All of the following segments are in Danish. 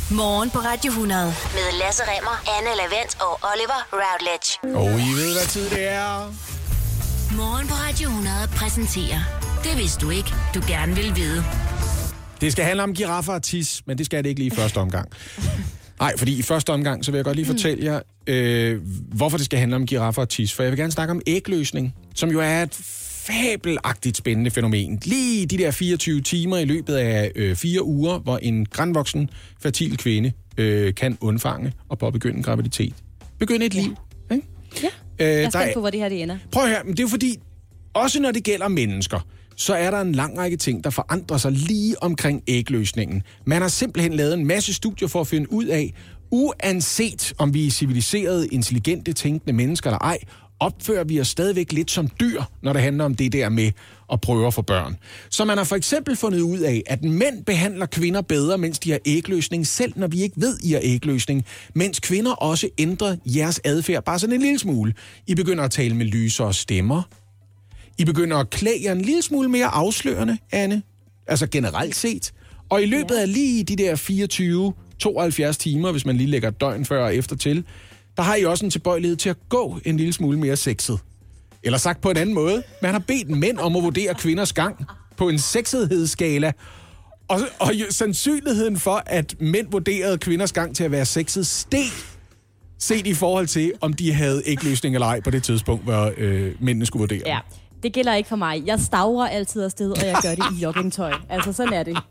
Morgen på Radio 100. Med Lasse Remmer, Anne Lavent og Oliver Routledge. Og I ved, hvad tid det er. Morgen på Radio 100 præsenterer Det vidste du ikke, du gerne vil vide. Det skal handle om giraffer og tis, men det skal det ikke lige i første omgang. Nej, fordi i første omgang, så vil jeg godt lige fortælle jer, hvorfor det skal handle om giraffer og tis. For jeg vil gerne snakke om ægløsning, som jo er et fabelagtigt spændende fænomen. Lige de der 24 timer i løbet af 4 uger, hvor en grandvoksen, fertil kvinde kan undfange og påbegynde en graviditet. Begynde et liv. Ikke? Ja, jeg er spændt på, hvor det her det ender. Prøv at høre, men det er jo fordi, også når det gælder mennesker, så er der en lang række ting, der forandrer sig lige omkring ægløsningen. Man har simpelthen lavet en masse studier for at finde ud af, uanset om vi er civiliserede, intelligente, tænkende mennesker eller ej, opfører vi os stadigvæk lidt som dyr, når det handler om det der med at prøve at få børn. Så man har for eksempel fundet ud af, at mænd behandler kvinder bedre, mens de har ægløsning, selv når vi ikke ved, I har ægløsning, mens kvinder også ændrer jeres adfærd bare sådan en lille smule. I begynder at tale med lysere stemmer. I begynder at klæde jer en lille smule mere afslørende, Anne. Altså generelt set. Og i løbet af lige de der 24-72 timer, hvis man lige lægger et døgn før og efter til, der har I også en tilbøjelighed til at gå en lille smule mere sexet. Eller sagt på en anden måde, man har bedt mænd om at vurdere kvinders gang på en sexethedsskala. Og sandsynligheden for, at mænd vurderede kvinders gang til at være sexet, steg set i forhold til, om de havde ægløsning eller ej på det tidspunkt, hvor mændene skulle vurdere. Ja, det gælder ikke for mig. Jeg stavrer altid afsted, og jeg gør det i joggingtøj. Altså, sådan er det.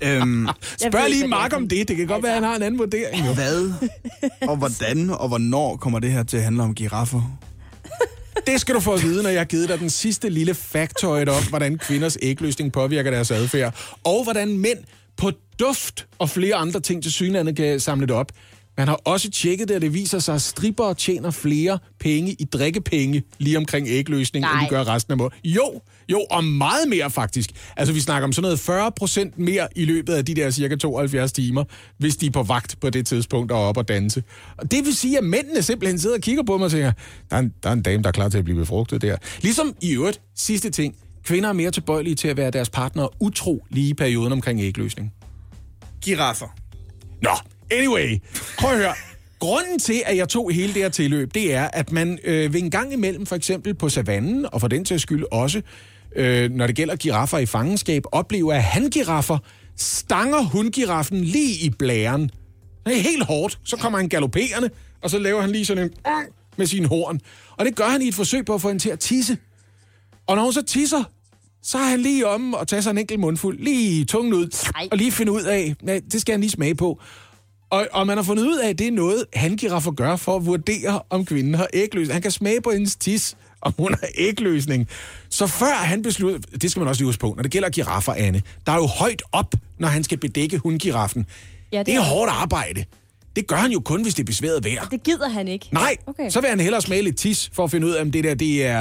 Spørg lige Mark om det. Det kan godt være, at han har en anden vurdering. Jo. Hvad? Og hvordan og hvornår kommer det her til at handle om giraffer? Det skal du få at vide, når jeg har givet dig den sidste lille factoid om, hvordan kvinders ægløsning påvirker deres adfærd, og hvordan mænd på duft og flere andre ting til synligheden kan samle det op. Man har også tjekket det, og det viser sig, at strippere tjener flere penge i drikkepenge lige omkring ægløsning, end de gør resten af måneden. Jo, og meget mere faktisk. Altså, vi snakker om sådan noget 40% mere i løbet af de der cirka 72 timer, hvis de er på vagt på det tidspunkt og op og danse. Og det vil sige, at mændene simpelthen sidder og kigger på mig og tænker, der er en dame, der er klar til at blive befrugtet der. Ligesom i øvrigt, sidste ting, kvinder er mere tilbøjelige til at være deres partner utro lige i perioden omkring ægløsning. Giraffer. Nå, anyway, prøv at høre. Grunden til, at jeg tog hele det her tilløb, det er, at man ved en gang imellem, for eksempel på savannen, og for den til skyld også, når det gælder giraffer i fangenskab, oplever, at hangiraffer stanger hundgiraffen lige i blæren. Det er helt hårdt. Så kommer han galopperende, og så laver han lige sådan en med sin horn. Og det gør han i et forsøg på at få hende til at tisse. Og når hun så tisser, så er han lige om og tager sig en enkelt mundfuld, lige tungen ud, og lige finde ud af, det skal han lige smage på. Og man har fundet ud af, at det er noget, hangiraffer gør for at vurdere, om kvinden har ægløsning. Han kan smage på hendes tis, om hun har ægløsning. Så før han beslutter, det skal man også lige huske på, når det gælder giraffer, Anne, der er jo højt op, når han skal bedække hundgiraffen. Ja, det er hårdt arbejde. Det gør han jo kun, hvis det er besværet vejr. Det gider han ikke. Nej, okay. Så vil han hellere smage lidt tis, for at finde ud af, om det der det er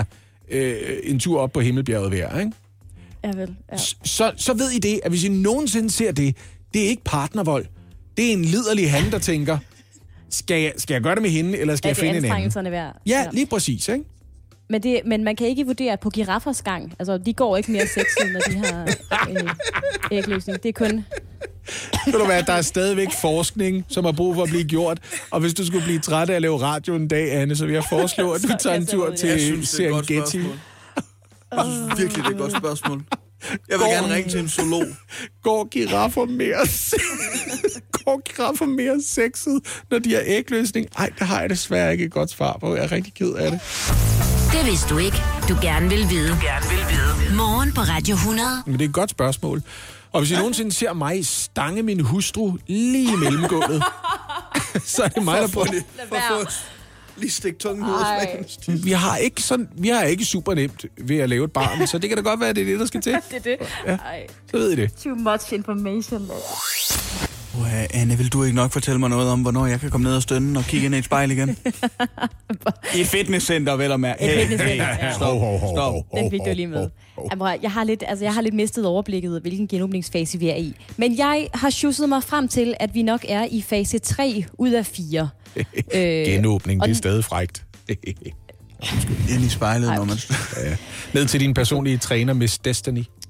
en tur op på Himmelbjerget vejr, ikke? Ja, vel. Ja. Så ved I det, at hvis I nogensinde ser det, det er ikke partnervold. Det er en liderlig han, der tænker, skal jeg gøre det med hende, eller skal jeg finde en anden? Værd. Ja, lige præcis, ikke? Men man kan ikke vurdere på giraffers gang. Altså, de går ikke mere sexet, når de har ægløsning. Det er kun... Ved du hvad, der er stadigvæk forskning, som har brug for at blive gjort. Og hvis du skulle blive træt af at lave radio en dag, Anne, så vil jeg foreslå, at du tager en tur til Serengeti. Virkelig, det er et godt spørgsmål. Jeg vil gerne ringe til en zoolog. Går giraffer mere sexet, når de har ægløsning? Ej, det har jeg desværre ikke et godt svar på. Jeg er rigtig ked af det. Det vidste du ikke, du gerne vil vide. Morgen på Radio 100. Men det er et godt spørgsmål. Og hvis I nogensinde ser mig stange min hustru lige i mellemgulvet, så er det mig, der prøver det. Lige stik tungen ud af smagen. Vi har ikke super nemt ved at lave et barn, så det kan da godt være, at det er det, der skal til. Det er det. Ja, så ved I det. Too much information. Anne, vil du ikke nok fortælle mig noget om, hvornår jeg kan komme ned og stønne og kigge ind i et spejl igen? I et fitnesscenter, vel og mærke. Stop. Den fik du lige med. Jeg har lidt mistet overblikket, hvilken genåbningsfase vi er i. Men jeg har sjusset mig frem til, at vi nok er i fase 3 ud af 4. Genåbning, det er stadig frækt. Ind i spejlet, når man... Ned til din personlige træner, Miss Destiny.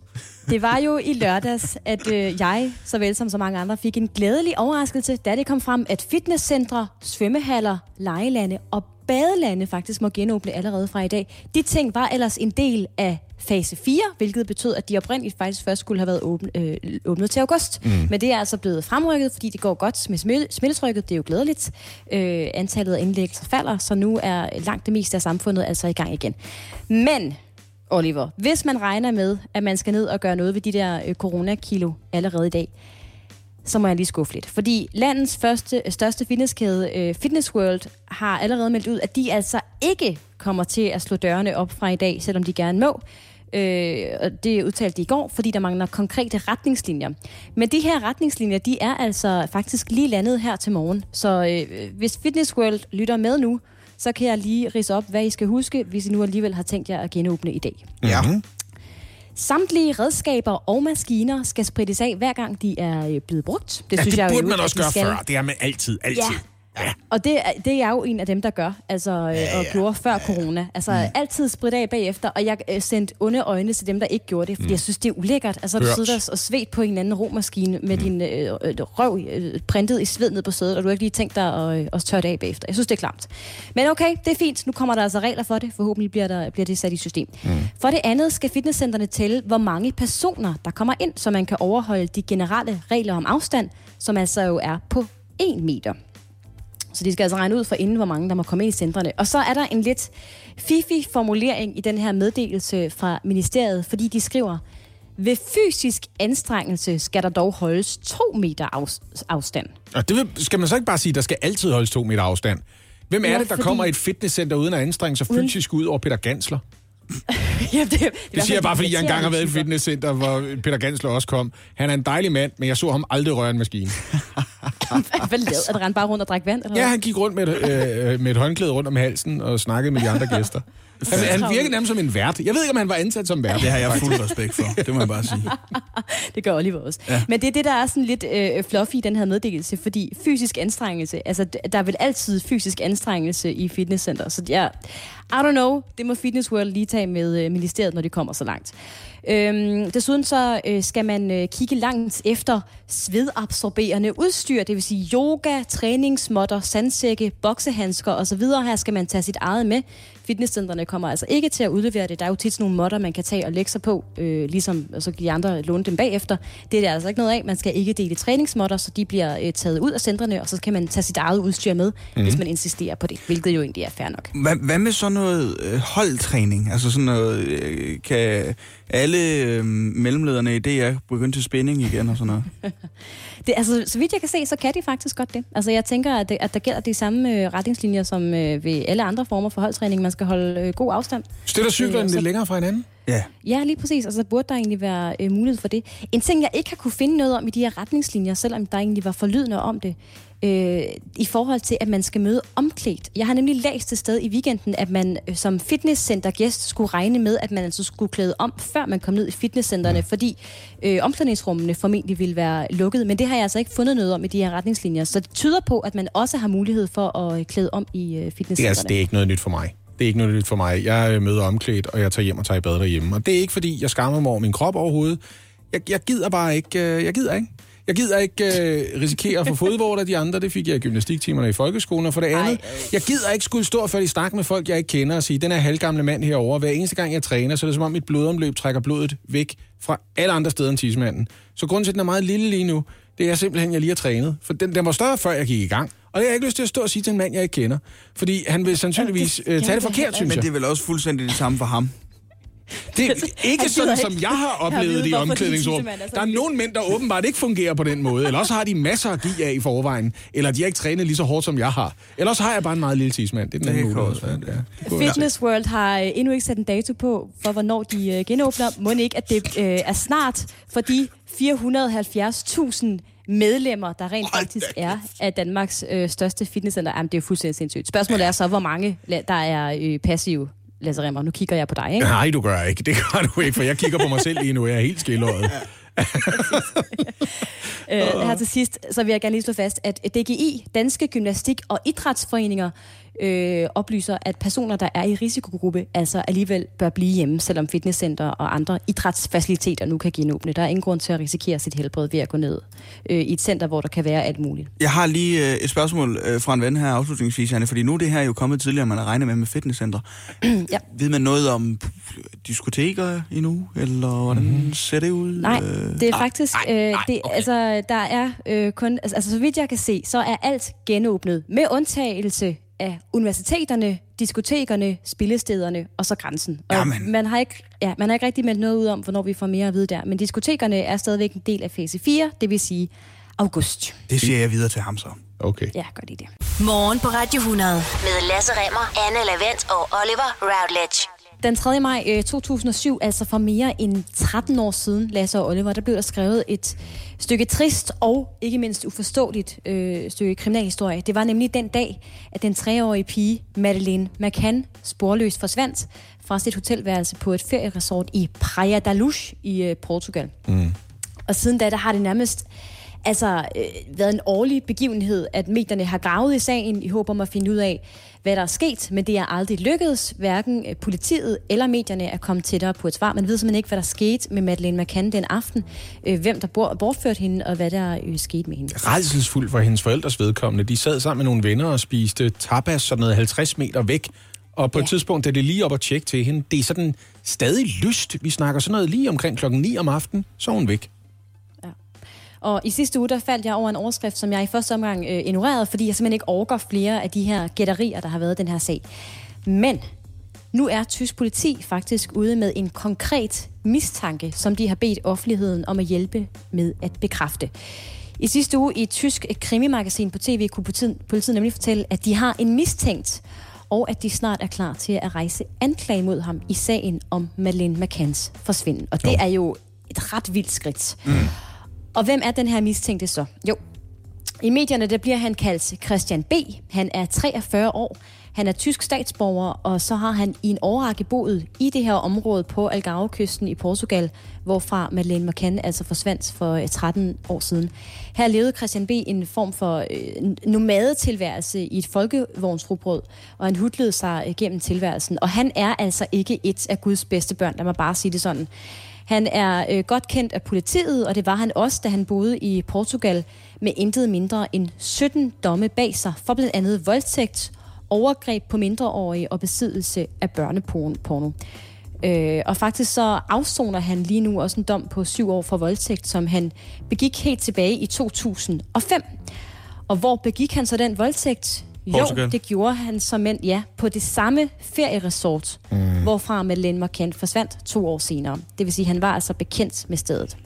Det var jo i lørdags, at jeg, såvel som så mange andre, fik en glædelig overraskelse, da det kom frem, at fitnesscentre, svømmehaller, legelande og badelande faktisk må genåbne allerede fra i dag. De ting var ellers en del af fase 4, hvilket betød, at de oprindeligt faktisk først skulle have været åbnet til august. Men det er altså blevet fremrykket, fordi det går godt med smittetrykket. Det er jo glædeligt. Antallet af indlæggelser falder, så nu er langt det meste af samfundet altså i gang igen. Men, Oliver, hvis man regner med, at man skal ned og gøre noget ved de der coronakilo allerede i dag, så må jeg lige skuffe lidt. Fordi landets største fitnesskæde, Fitness World, har allerede meldt ud, at de altså ikke kommer til at slå dørene op fra i dag, selvom de gerne må. Og det udtalte de i går, fordi der mangler konkrete retningslinjer. Men de her retningslinjer, de er altså faktisk lige landet her til morgen. Så hvis Fitness World lytter med nu, så kan jeg lige ridse op, hvad I skal huske, hvis I nu alligevel har tænkt jer at genåbne i dag. Ja. Samtlige redskaber og maskiner skal sprittes af, hver gang de er blevet brugt. Det synes jeg burde man også gøre før. Det er med altid. Ja. Og det er jo en af dem, der gør, og gjorde før corona. Altså altid spritte af bagefter, og jeg sendte onde øjne til dem, der ikke gjorde det, fordi jeg synes, det er ulækkert. Altså, du sidder der og svedt på en anden romaskine med din røv printet i sved ned på sædet, og du har ikke lige tænkt dig at tørre det af bagefter. Jeg synes, det er klamt. Men okay, det er fint. Nu kommer der altså regler for det. Forhåbentlig bliver det sat i system. For det andet skal fitnesscentrene tælle, hvor mange personer, der kommer ind, så man kan overholde de generelle regler om afstand, som altså jo er på 1 meter. Så de skal altså regne ud for inden, hvor mange der må komme ind i centrene. Og så er der en lidt fiffig formulering i den her meddelelse fra ministeriet, fordi de skriver, ved fysisk anstrengelse skal der dog holdes 2 meter afstand. Og det skal man så ikke bare sige, der skal altid holdes 2 meter afstand? Hvem er det, der kommer i et fitnesscenter uden at anstrenge sig fysisk ud over Peter Gansler? Det siger jeg bare, fordi jeg engang har været i et fitnesscenter, hvor Peter Gansler også kom. Han er en dejlig mand, men jeg så ham aldrig røre en maskine. Hvad lavede? Er det rent bare rundt og drikke vand? Eller? Ja, han gik rundt med et håndklæde rundt om halsen og snakkede med de andre gæster. Han virkede nærmest som en vært. Jeg ved ikke, om han var ansat som vært. Det har jeg fuld respekt for. Det må jeg bare sige. Det gør Oliver også. Ja. Men det er det, der er sådan lidt fluffy i den her meddelelse, fordi fysisk anstrengelse, altså der er vel altid fysisk anstrengelse i fitnesscenter, så ja, I don't know, det må Fitness World lige tage med ministeriet, når det kommer så langt. Desuden så skal man kigge langt efter svedabsorberende udstyr, det vil sige yoga, træningsmåtter, sandsække, boksehandsker osv. Her skal man tage sit eget med. Fitnesscentrene kommer altså ikke til at udlevere det. Der er jo tit sådan nogle måtter, man kan tage og lægge sig på, ligesom og så kan de andre låne dem bagefter. Det er der altså ikke noget af. Man skal ikke dele træningsmåtter, så de bliver taget ud af centrene, og så kan man tage sit eget udstyr med, hvis man insisterer på det, hvilket jo egentlig er fair nok. Hvad med sådan noget holdtræning? Altså sådan noget, kan alle mellemlederne i DR begynde til spænding igen og sådan noget? Altså, så vidt jeg kan se, så kan de faktisk godt det. Altså, jeg tænker, at der gælder de samme retningslinjer som ved alle andre former for holdtræning. Man skal holde god afstand. Støtter cyklerne lidt længere fra hinanden? Ja, lige præcis. Altså, burde der egentlig være mulighed for det. En ting, jeg ikke har kunne finde noget om i de her retningslinjer, selvom der egentlig var forlydende om det, i forhold til, at man skal møde omklædt. Jeg har nemlig læst et sted i weekenden, at man som fitnesscenter-gæst skulle regne med, at man altså skulle klæde om, før man kom ned i fitnesscenterne, fordi omklædningsrummene formentlig ville være lukket. Men det har jeg altså ikke fundet noget om i de her retningslinjer. Så det tyder på, at man også har mulighed for at klæde om i fitnesscenterne. Det er ikke noget nyt for mig. Det er ikke noget nyt for mig. Jeg møder omklædt, og jeg tager hjem og tager i bad derhjemme. Og det er ikke, fordi jeg skammer mig over min krop overhovedet. Jeg gider bare ikke. Jeg gider ikke risikere at få fodvorter af de andre. Det fik jeg i gymnastiktimerne i folkeskolen. Og for det andet, jeg gider ikke skulle stå og falde i snak med folk, jeg ikke kender, og sige, den er halvgamle mand herovre. Hver eneste gang, jeg træner, så er det som om mit blodomløb trækker blodet væk fra alle andre steder end tissemanden. Så grunden til, at den er meget lille lige nu, det er simpelthen, at jeg lige har trænet. For den var større, før jeg gik i gang. Og det har jeg ikke lyst til at stå og sige til en mand, jeg ikke kender. Fordi han vil sandsynligvis tage det forkert, synes jeg. Men det er vel også fuldstændig det samme for ham. Det er ikke sådan, som jeg har oplevet det i omklædningsrum. Der er nogle mænd, der åbenbart ikke fungerer på den måde. Eller også har de masser at give af i forvejen. Eller de har ikke trænet lige så hårdt, som jeg har. Eller også har jeg bare en meget lille tidsmand. Det er den anden mulighed. Fitness World har endnu ikke sat en dato på, for hvornår de genåbner. Må ikke, at det er snart for de 470.000 medlemmer, der rent faktisk er af Danmarks største fitnesscenter. Jamen, det er jo fuldstændig sindssygt. Spørgsmålet er så, hvor mange der er passive. Lasse Rimmer, nu kigger jeg på dig, ikke? Nej, du gør ikke. Det gør du ikke, for jeg kigger på mig selv lige nu. Jeg er helt skilløjet. Her til sidst, så vil jeg gerne lige slå fast, at DGI, Danske Gymnastik- og Idrætsforeninger, oplyser, at personer, der er i risikogruppe, altså alligevel bør blive hjemme, selvom fitnesscenter og andre idrætsfaciliteter nu kan genåbne. Der er ingen grund til at risikere sit helbred ved at gå ned i et center, hvor der kan være alt muligt. Jeg har lige et spørgsmål fra en ven her afslutningsvis, Anne, fordi nu er det her jo kommet tidligere, man har regnet med fitnesscenter. Ja. Ved man noget om diskoteker endnu, eller hvordan ser det ud? Nej, det er faktisk... Okay. Altså, der er kun... Altså, så vidt jeg kan se, så er alt genåbnet, med undtagelse af universiteterne, diskotekerne, spillestederne og så grænsen. Og man har ikke rigtig meldt noget ud om, hvornår vi får mere at vide der. Men diskotekerne er stadigvæk en del af fase 4, det vil sige august. Det siger jeg videre til ham så. Okay. Ja, gør det. Morgen på Radio 100 med Lasse Remmer, Anne Lavent og Oliver Routledge. Den 3. maj 2007, altså for mere end 13 år siden, Lasse og Oliver, der blev der skrevet et stykke trist og ikke mindst uforståeligt stykke kriminalhistorie. Det var nemlig den dag, at den 3-årige pige, Madeleine McCann, sporløst forsvandt fra sit hotelværelse på et ferieresort i Praia da Luz i Portugal. Og siden da, der har det nærmest været en årlig begivenhed, at medierne har gravet i sagen i håb om at finde ud af, hvad der er sket, men det er aldrig lykkedes. Hverken politiet eller medierne er kommet tættere på et svar. Man ved simpelthen ikke, hvad der skete med Madeleine McCann den aften, hvem der bortførte hende, og hvad der skete med hende. Rædselsfuldt for hendes forældres vedkommende. De sad sammen med nogle venner og spiste tapas sådan noget 50 meter væk. Og på et tidspunkt, da det lige op og tjekke til hende, det er sådan stadig lyst. Vi snakker sådan noget lige omkring 9:00 om aftenen, så er hun væk. Og i sidste uge, der faldt jeg over en overskrift, som jeg i første omgang ignorerede, fordi jeg simpelthen ikke orker flere af de her gætterier, der har været i den her sag. Men nu er tysk politi faktisk ude med en konkret mistanke, som de har bedt offentligheden om at hjælpe med at bekræfte. I sidste uge i et tysk krimimagasin på tv kunne politiet nemlig fortælle, at de har en mistænkt, og at de snart er klar til at rejse anklage mod ham i sagen om Madeleine McCanns forsvinden. Og det er jo et ret vildt skridt. Og hvem er den her mistænkte så? Jo, i medierne der bliver han kaldt Christian B. Han er 43 år. Han er tysk statsborger, og så har han i en årrække boet i det her område på Algarve-kysten i Portugal, hvorfra Madeleine McCann altså forsvandt for 13 år siden. Her levede Christian B. en form for nomadetilværelse i et folkevognsrugbrød, og han hudlede sig gennem tilværelsen. Og han er altså ikke et af Guds bedste børn, lad mig bare sige det sådan. Han er godt kendt af politiet, og det var han også, da han boede i Portugal med intet mindre end 17 domme bag sig for blandt andet voldtægt, overgreb på mindreårige og besiddelse af børneporno. Og faktisk så afsoner han lige nu også en dom på 7 år for voldtægt, som han begik helt tilbage i 2005. Og hvor begik han så den voldtægt? Portugal. Jo, det gjorde han som på det samme ferieresort, hvorfra Madeleine McCann forsvandt 2 år senere. Det vil sige, at han var altså bekendt med stedet.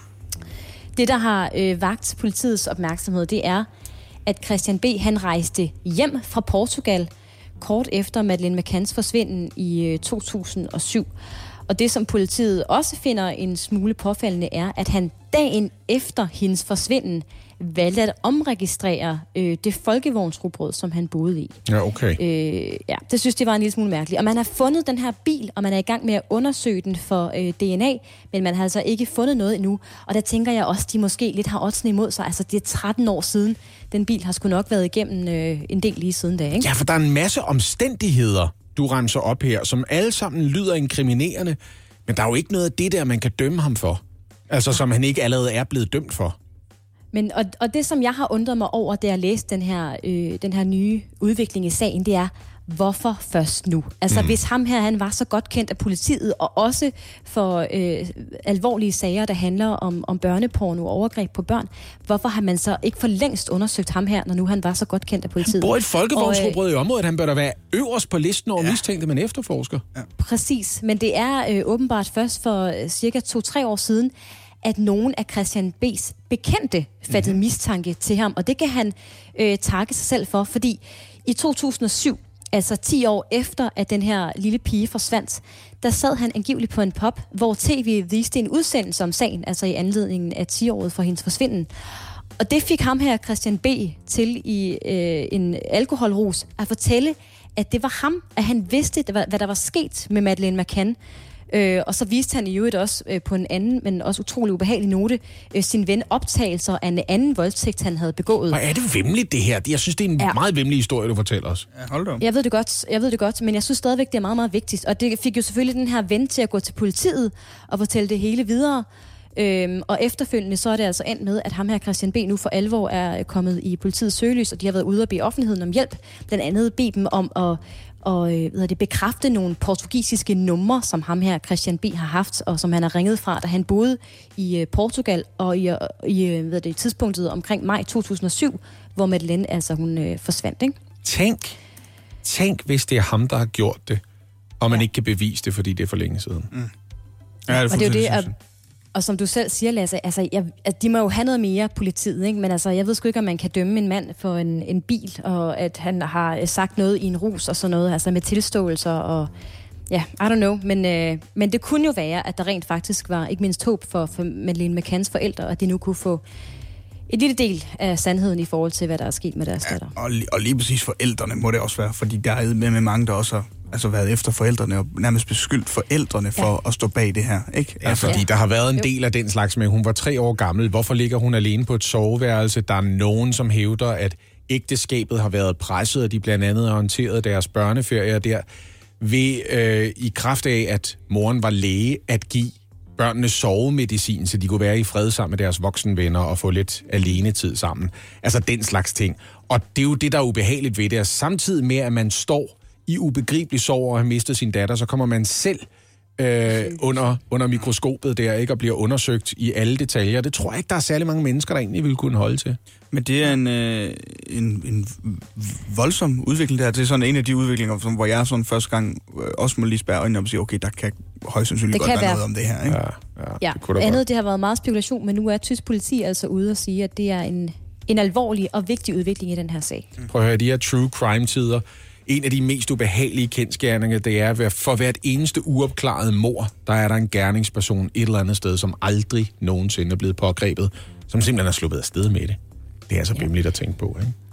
Det, der har vagt politiets opmærksomhed, det er, at Christian B. han rejste hjem fra Portugal kort efter Madeleine McCanns forsvinden i 2007. Og det, som politiet også finder en smule påfaldende, er, at han dagen efter hendes forsvinden valgte at omregistrere det folkevognsrugbrød, som han boede i. Ja, okay. Det synes de var en lille smule mærkeligt. Og man har fundet den her bil, og man er i gang med at undersøge den for DNA, men man har altså ikke fundet noget endnu. Og der tænker jeg også, de måske lidt har oddsen imod sig. Altså, det er 13 år siden. Den bil har sgu nok været igennem en del lige siden da, ikke? Ja, for der er en masse omstændigheder, du remser op her, som alle sammen lyder inkriminerende, men der er jo ikke noget af det der, man kan dømme ham for. Altså, som han ikke allerede er blevet dømt for. Men, og det, som jeg har undret mig over, da jeg læste den her nye udvikling i sagen, det er, hvorfor først nu? Altså, hvis ham her, han var så godt kendt af politiet, og også for alvorlige sager, der handler om børneporno og overgreb på børn, hvorfor har man så ikke for længst undersøgt ham her, når nu han var så godt kendt af politiet? Han bor et folkevognsrugbrød i området, han bør da være øverst på listen over mistænkte, man efterforsker. Ja. Præcis, men det er åbenbart først for cirka 2-3 år siden, at nogen af Christian B.'s bekendte fattede mistanke til ham, og det kan han takke sig selv for, fordi i 2007, altså 10 år efter, at den her lille pige forsvandt, der sad han angiveligt på en pub, hvor tv viste en udsendelse om sagen, altså i anledningen af 10-året for hendes forsvinden. Og det fik ham her, Christian B., til i en alkoholrus at fortælle, at det var ham, at han vidste, hvad der var sket med Madeleine McCann. Og så viste han i øvrigt også på en anden, men også utrolig ubehagelig note, sin ven optagelser af en anden voldtægt, han havde begået. Hvor er det vemmeligt, det her? Jeg synes, det er en meget vemmelig historie, du fortæller os. Ja, hold da. Jeg ved det godt, men jeg synes stadigvæk, det er meget, meget vigtigt. Og det fik jo selvfølgelig den her ven til at gå til politiet og fortælle det hele videre. Og efterfølgende så er det altså endt med, at ham her Christian B. nu for alvor er kommet i politiets søgelys, og de har været ude og bede offentligheden om hjælp. Blandt andet bede dem om at bekræfte nogle portugisiske numre, som ham her Christian B. har haft, og som han har ringet fra, da han boede i Portugal, og i tidspunktet omkring maj 2007, hvor Madeleine altså hun forsvandt, ikke? Tænk, hvis det er ham, der har gjort det, og man ikke kan bevise det, fordi det er for længe siden. Ja, det er og det er jo det, og som du selv siger, Lasse, altså, de må jo have noget mere, politiet, ikke? Men altså, jeg ved sgu ikke, om man kan dømme en mand for en bil, og at han har sagt noget i en rus og sådan noget, altså med tilståelser og... Ja, I don't know, men det kunne jo være, at der rent faktisk var ikke mindst håb for Madeleine McCanns forældre, at de nu kunne få en lille del af sandheden i forhold til, hvad der er sket med deres datter. Og lige præcis forældrene må det også være, fordi der er med mange, der også har været efter forældrene og nærmest beskyldt forældrene for at stå bag det her, ikke? Ja, fordi der har været en del af den slags med, hun var 3 år gammel. Hvorfor ligger hun alene på et soveværelse? Der er nogen, som hævder, at ægteskabet har været presset, og de blandt andet har håndteret deres børneferier der ved i kraft af, at moren var læge, at give børnene sovemedicin, så de kunne være i fred sammen med deres voksenvenner og få lidt alenetid sammen. Altså den slags ting. Og det er jo det, der er ubehageligt ved det. Og samtidig med, at man står i ubegribelig sorg og har mistet sin datter, så kommer man selv under mikroskopet der, ikke, og bliver undersøgt i alle detaljer. Det tror jeg ikke, der er særlig mange mennesker, der egentlig ville kunne holde til. Men det er en voldsom udvikling der. Det er sådan en af de udviklinger, hvor jeg sådan første gang også må lige spærre øjnene op og sige, okay, der kan højst sandsynligt godt være noget om det her, ikke? Ja, det har været meget spekulation, men nu er tysk politi altså ude og sige, at det er en alvorlig og vigtig udvikling i den her sag. Prøv at høre, de her true crime-tider. En af de mest ubehagelige kendsgerninger, det er, at for hvert eneste uopklarede mord, der er der en gerningsperson et eller andet sted, som aldrig nogensinde er blevet pågrebet, som simpelthen er sluppet afsted med det. Det er så bimmeligt at tænke på, ikke?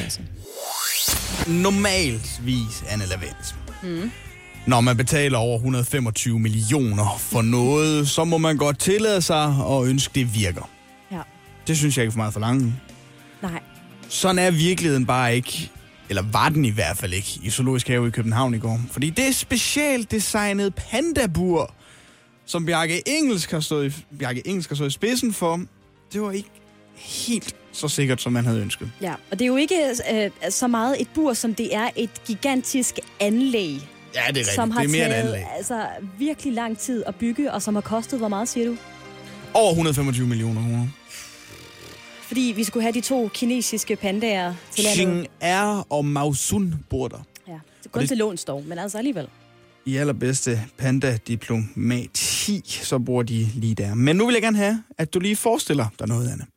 Normaltvis, Anne Lavens. Når man betaler over 125 millioner for noget, så må man godt tillade sig og ønske, det virker. Ja. Det synes jeg ikke for meget for langt. Nej. Sådan er virkeligheden bare ikke. Eller var den i hvert fald ikke, i Zoologisk Have i København i går. Fordi det specielt designede pandabur, som Bjarke Engelsk har stået i spidsen for, det var ikke helt så sikkert, som man havde ønsket. Ja, og det er jo ikke så meget et bur, som det er et gigantisk anlæg. Ja, det er rigtigt. Som har det er mere taget et anlæg. Altså, virkelig lang tid at bygge, og som har kostet, hvor meget siger du? Over 125 millioner kroner. Fordi vi skulle have de 2 kinesiske pandaer til landet. Xing-Er og Mao Sun bor der. Ja, det kun til låns dog, men altså alligevel. I allerbedste panda-diplomati, så bor de lige der. Men nu vil jeg gerne have, at du lige forestiller dig noget, Anne.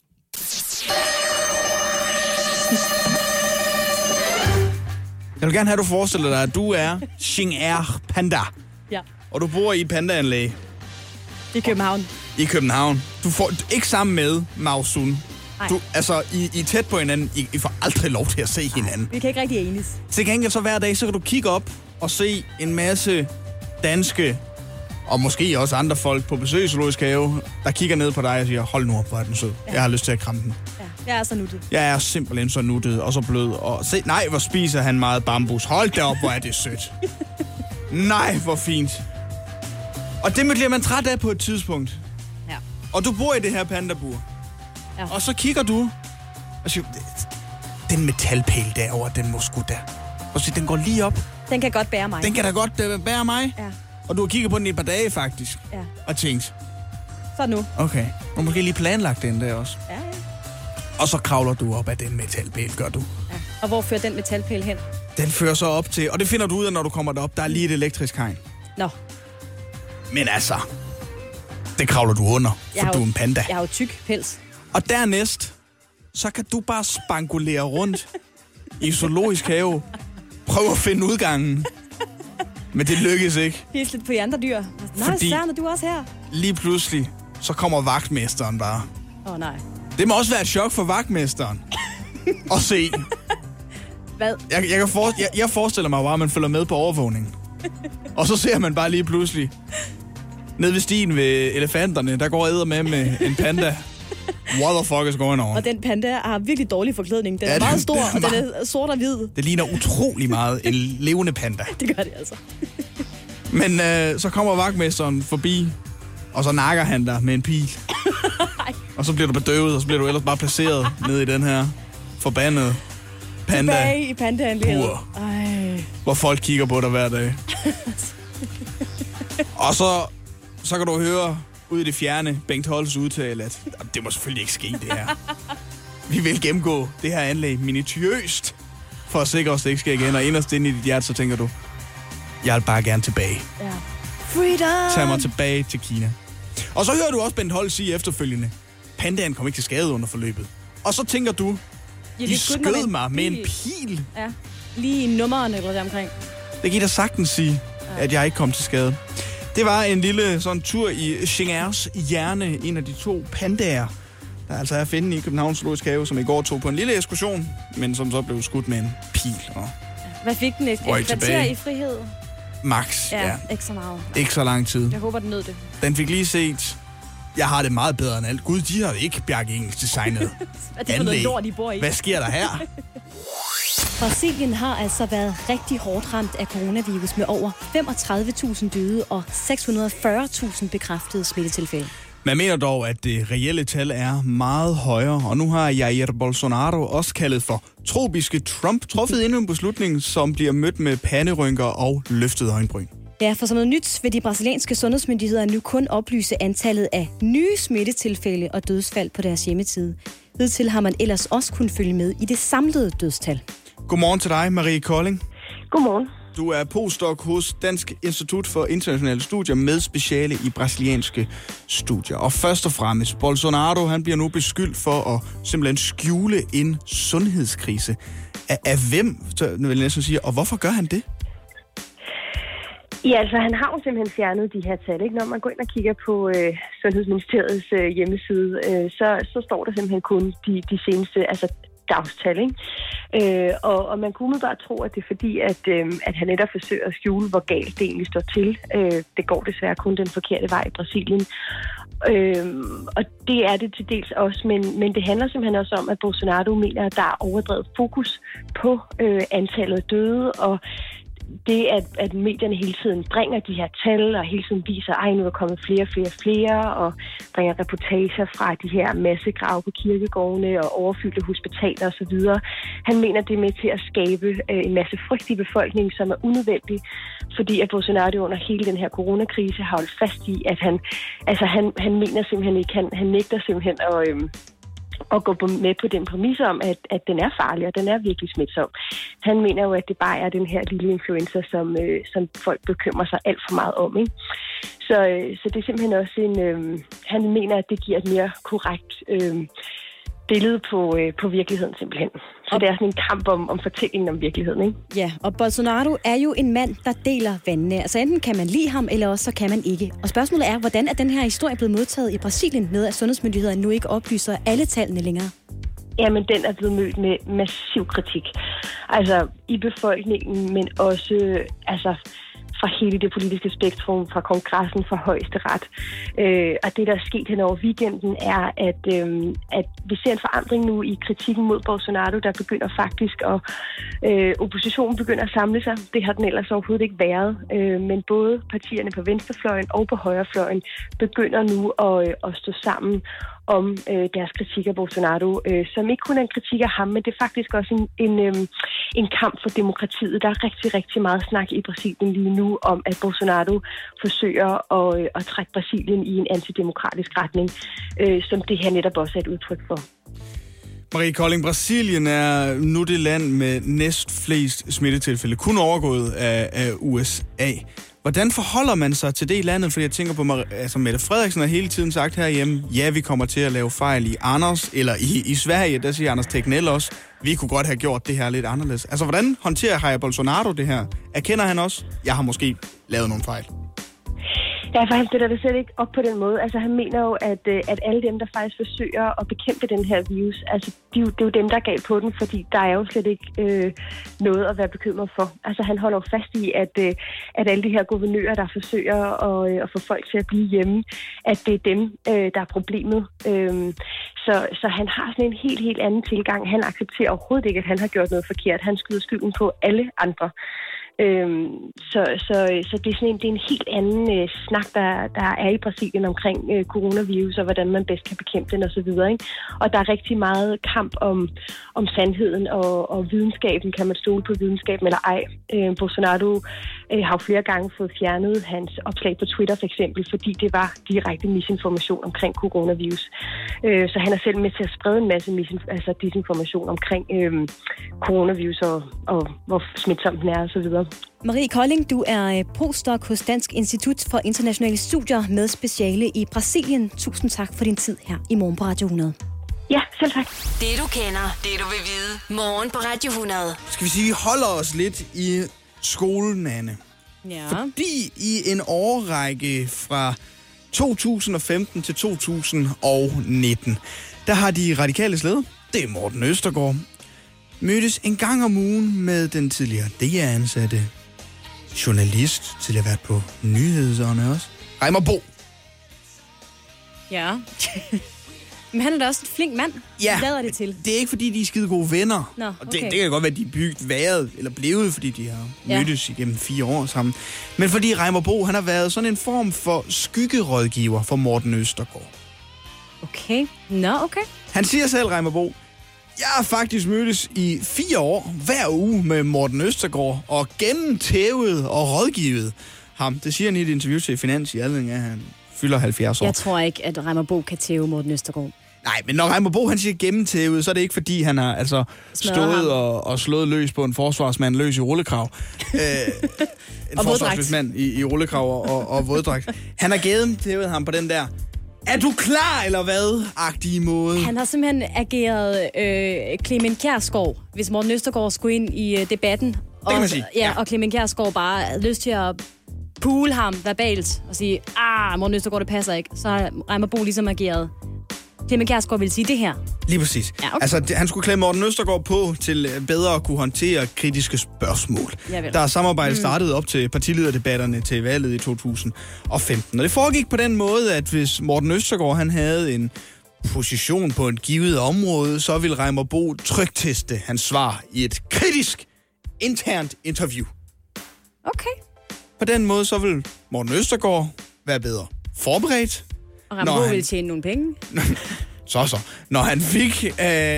Jeg vil gerne have, at du forestiller dig, at du er Xing-Er panda. Ja. Og du bor i et pandaanlæg. I København. I København. Du får ikke sammen med Mao Sun. Du, altså, I er tæt på hinanden. I får aldrig lov til at se hinanden. Vi kan ikke rigtig enes. Til gengæld så hver dag, så kan du kigge op og se en masse danske, og måske også andre folk på besøg i Zoologisk Have, der kigger ned på dig og siger, hold nu op, hvor er den sød. Ja. Jeg har lyst til at kramme den. Ja, jeg er så nuttet. Jeg er simpelthen så nuttet og så blød. Og se, nej, hvor spiser han meget bambus. Hold da op, hvor er det sødt. Nej, hvor fint. Og det bliver man træt af på et tidspunkt. Ja. Og du bor i det her pandabur. Ja. Og så kigger du og siger, den metalpæl derovre, den må sgu da. Og så den går lige op. Den kan godt bære mig. Den kan da godt bære mig. Ja. Og du har kigget på den i et par dage, faktisk. Ja. Og tænkt. Så nu. Okay. Og måske lige planlagt den der også. Ja. Og så kravler du op af den metalpæl, gør du. Ja. Og hvor fører den metalpæl hen? Den fører så op til, og det finder du ud af, når du kommer derop. Der er lige et elektrisk hegn. Nå. Men altså, det kravler du under, for du er en panda. Jeg har jo tyk pels. Og dernæst, så kan du bare spangulere rundt i Zoologisk Have. Prøv at finde udgangen. Men det lykkes ikke. Hils lidt på de andre dyr. Nej, Serne, du er også her. Lige pludselig, så kommer vagtmesteren bare. Nej. Det må også være et chok for vagtmesteren at se. Hvad? Jeg forestiller mig bare, at man følger med på overvågningen. Og så ser man bare lige pludselig Nede ved stien ved elefanterne, der går æder med en panda. What the fuck is going on? Og den panda har virkelig dårlig forklædning. Den er meget stor, og den er sort og hvid. Det ligner utrolig meget en levende panda. Det gør det altså. Men så kommer vagtmesteren forbi, og så nakker han dig med en pil. Og så bliver du bedøvet, og så bliver du ellers bare placeret nede i den her forbandede panda. Tilbage i pandaanlægget. Hvor folk kigger på dig hver dag. Og så kan du høre ud i det fjerne Bengt Holst udtale, at det må selvfølgelig ikke ske, det her. Vi vil gennemgå det her anlæg minutiøst, for at sikre os, det ikke sker igen. Og inderst inde i dit hjerte, så tænker du, jeg vil bare gerne tilbage. Ja. Freedom! Tag mig tilbage til Kina. Og så hører du også Bengt Holst sige efterfølgende, pandaen kom ikke til skade under forløbet. Og så tænker du, de skød mig med en pil. Ja, lige i nummeren eller der omkring. Det kan I da sagtens sige, at jeg ikke kom til skade. Det var en lille sådan tur i Schingers hjerne, en af de 2 pandaer, der altså er at finde i Københavns Zoologiske Have, som i går tog på en lille ekskursion, men som så blev skudt med en pil. Og hvad fik den? Et kvarter i frihed? Max, ja. Ikke så meget. Ikke så lang tid. Jeg håber, den nød det. Den fik lige set, jeg har det meget bedre end alt. Gud, de har ikke Bjarke Ingels designet det er noget lort, de bor i. Hvad sker der her? Brasilien har altså været rigtig hårdt ramt af coronavirus med over 35.000 døde og 640.000 bekræftede smittetilfælde. Man mener dog, at det reelle tal er meget højere, og nu har Jair Bolsonaro, også kaldet for tropiske Trump, truffet endnu en beslutning, som bliver mødt med panderynker og løftede øjenbryn. Ja, for som noget nyt vil de brasilianske sundhedsmyndigheder nu kun oplyse antallet af nye smittetilfælde og dødsfald på deres hjemmeside. Hidtil har man ellers også kunnet følge med i det samlede dødstal. Godmorgen til dig, Marie Kolding. Godmorgen. Du er postdoc hos Dansk Institut for Internationale Studier med speciale i brasilianske studier. Og først og fremmest, Bolsonaro han bliver nu beskyldt for at simpelthen skjule en sundhedskrise. Af hvem, vil jeg næsten sige, og hvorfor gør han det? Ja, altså han har jo simpelthen fjernet de her tal, ikke? Når man går ind og kigger på Sundhedsministeriets hjemmeside, så står der simpelthen kun de seneste, altså dagstal, ikke? Og man kunne umiddelbart tro, at det er fordi, at han netop forsøger at skjule, hvor galt det egentlig står til. Det går desværre kun den forkerte vej i Brasilien. Og det er det til dels også, men det handler simpelthen også om, at Bolsonaro mener, at der er overdrevet fokus på antallet døde, og det, at medierne hele tiden bringer de her tal, og hele tiden viser, at nu er kommet flere, og bringer reportager fra de her massegrave på kirkegårdene og overfyldte hospitaler osv. Han mener, det er med til at skabe en masse frygt i befolkningen, som er unødvendig, fordi at Bolsonaro under hele den her coronakrise har holdt fast i, at han mener simpelthen ikke, han nægter simpelthen at gå med på den præmis om, at den er farlig, og den er virkelig smitsom. Han mener jo, at det bare er den her lille influenza, som folk bekymrer sig alt for meget om, ikke? Så det er simpelthen også han mener, at det giver et mere korrekt billede på virkeligheden simpelthen. Så det er sådan en kamp om fortællingen om virkeligheden, ikke? Ja, og Bolsonaro er jo en mand, der deler vandene. Altså enten kan man lide ham, eller også så kan man ikke. Og spørgsmålet er, hvordan er den her historie blevet modtaget i Brasilien, med at sundhedsmyndighederne nu ikke oplyser alle tallene længere? Jamen, den er blevet mødt med massiv kritik. Altså i befolkningen, men også fra hele det politiske spektrum, fra kongressen, fra højesteret. Og det, der er sket hen over weekenden, er, at vi ser en forandring nu i kritikken mod Bolsonaro, der begynder faktisk, og oppositionen begynder at samle sig. Det har den ellers overhovedet ikke været. Men både partierne på venstrefløjen og på højrefløjen begynder nu at stå sammen om deres kritik af Bolsonaro, som ikke kun er en kritik af ham, men det er faktisk også en kamp for demokratiet. Der er rigtig, rigtig meget snak i Brasilien lige nu om, at Bolsonaro forsøger at trække Brasilien i en antidemokratisk retning, som det her netop også er et udtryk for. Marie Kolding, Brasilien er nu det land med næst flest smittetilfælde, kun overgået af USA. Hvordan forholder man sig til det i landet? Fordi jeg tænker på, Mette Frederiksen har hele tiden sagt herhjemme, ja, vi kommer til at lave fejl i Anders, eller i Sverige, der siger Anders Tegnell også, vi kunne godt have gjort det her lidt anderledes. Altså, hvordan håndterer Jair Bolsonaro det her? Erkender han også, jeg har måske lavet nogle fejl? Ja, for han stiller det slet ikke op på den måde. Altså, han mener jo, at alle dem, der faktisk forsøger at bekæmpe den her virus, altså, det er jo dem, der er galt på den, fordi der er jo slet ikke noget at være bekymret for. Altså, han holder jo fast i, at alle de her guvernører, der forsøger at få folk til at blive hjemme, at det er dem, der er problemet. Så han har sådan en helt anden tilgang. Han accepterer overhovedet ikke, at han har gjort noget forkert. Han skyder skylden på alle andre. Så det er sådan det er en helt anden snak, der er i Brasilien omkring coronavirus og hvordan man bedst kan bekæmpe den osv. Og der er rigtig meget kamp om sandheden og videnskaben. Kan man stole på videnskaben eller ej? Bolsonaro har jo flere gange fået fjernet hans opslag på Twitter for eksempel, fordi det var direkte misinformation omkring coronavirus. Så han er selv med til at sprede en masse disinformation omkring coronavirus og hvor smitsom den er osv. Marie Kolding, du er postdoc hos Dansk Institut for Internationale Studier med speciale i Brasilien. Tusind tak for din tid her i Morgen på Radio 100. Ja, selv tak. Det du kender, det du vil vide. Morgen på Radio 100. Skal vi sige, vi holder os lidt i skolen, Anne? Ja. Fordi i en årrække fra 2015 til 2019, der har de radikale leder, det er Morten Østergaard, mødtes en gang om ugen med den tidligere DR-ansatte journalist, tidligere været på nyhederne også, Reimer Bo. Ja. Men han er da også en flink mand. Ja, lader det til. Det er ikke, fordi de er skide gode venner. Nå, okay. Og det kan godt være, at de er været eller blevet, fordi de har mødtes igennem 4 år sammen. Men fordi Reimer Bo, han har været sådan en form for skyggerådgiver for Morten Østergaard. Okay. Nå, okay. Han siger selv, Reimer Bo, jeg har faktisk mødtes i 4 år hver uge med Morten Østergaard og gennemtævet og rådgivet ham. Det siger han i et interview til Finans i anledning af, at han fylder 70 år. Jeg tror ikke, at Reimer Bo kan tæve Morten Østergaard. Nej, men når Reimer Bo, han siger gennemtævet, så er det ikke, fordi han har stået og slået løs på en forsvarsmand løs i rullekrav. En forsvarsmand i rullekrav og våddragt. Han har gennemtævet ham på den der, er du klar, eller hvad-agtige måde. Han har simpelthen ageret Clement Kjærsgaard, hvis Morten Østergaard skulle ind i debatten. Det kan man sige. Og Clement Kjærsgaard bare havde lyst til at pule ham verbalt og sige, Morten Østergaard, det passer ikke. Så har Reimer Bo ligesom ageret. Clement Kjærsgaard vil sige det her. Lige præcis. Ja, okay. Altså, han skulle klemme Morten Østergaard på til bedre at kunne håndtere kritiske spørgsmål. Der er samarbejdet startet op til partilederdebatterne til valget i 2015. Og det foregik på den måde, at hvis Morten Østergaard han havde en position på et givet område, så ville Reimer Bo trykteste hans svar i et kritisk, internt interview. Okay. På den måde, så vil Morten Østergaard være bedre forberedt. Og Reimer Bo ville tjene nogle penge. Så. Når han fik...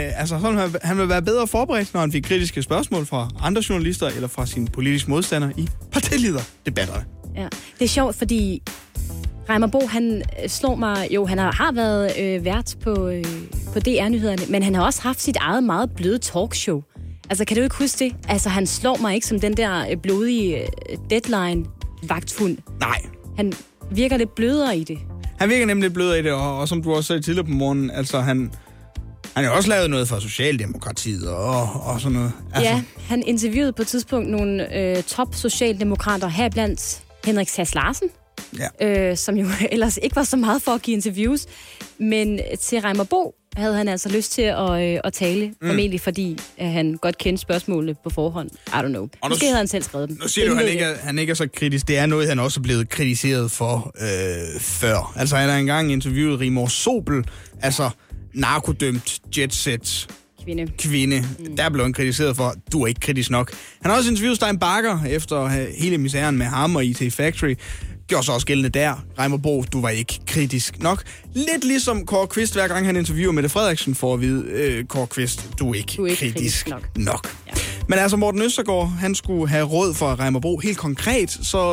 han vil være bedre forberedt, når han fik kritiske spørgsmål fra andre journalister eller fra sine politiske modstandere i partilederdebatterne. Ja, det er sjovt, fordi Reimer Bo, han slår mig... Jo, han har været vært på DR-nyhederne, men han har også haft sit eget meget bløde talkshow. Altså, kan du ikke huske det? Altså, han slår mig ikke som den der blodige Deadline-vagthund. Nej. Han virker lidt blødere i det. Han virker nemlig lidt blødere i det, og som du også sagde tidligere på morgenen, altså han har jo også lavet noget for Socialdemokratiet og sådan noget. Altså. Ja, han interviewede på et tidspunkt nogle top-socialdemokrater, heriblandt Henrik Sass Larsen, som jo ellers ikke var så meget for at give interviews. Men til Reimer Bo havde han altså lyst til at tale, formentlig fordi han godt kendte spørgsmålene på forhånd. I don't know. Måske havde han selv skrevet dem. Nu siger du, han ikke er så kritisk. Det er noget, han også er blevet kritiseret for før. Altså, han har engang interviewet Rigmor Sobel, altså narkodømt jetset kvinde. Der blev han kritiseret for, du er ikke kritisk nok. Han har også interviewet Stein Bakker efter hele misæren med ham og IT Factory. Gjorde så også gældende der. Reimer Bo, du var ikke kritisk nok. Lidt ligesom Kåre Quist, hver gang han interviewer Mette Frederiksen for at vide, Kåre Quist, du er ikke kritisk nok. Ja. Men altså Morten Østergaard, han skulle have råd for Reimer Bo. Helt konkret, så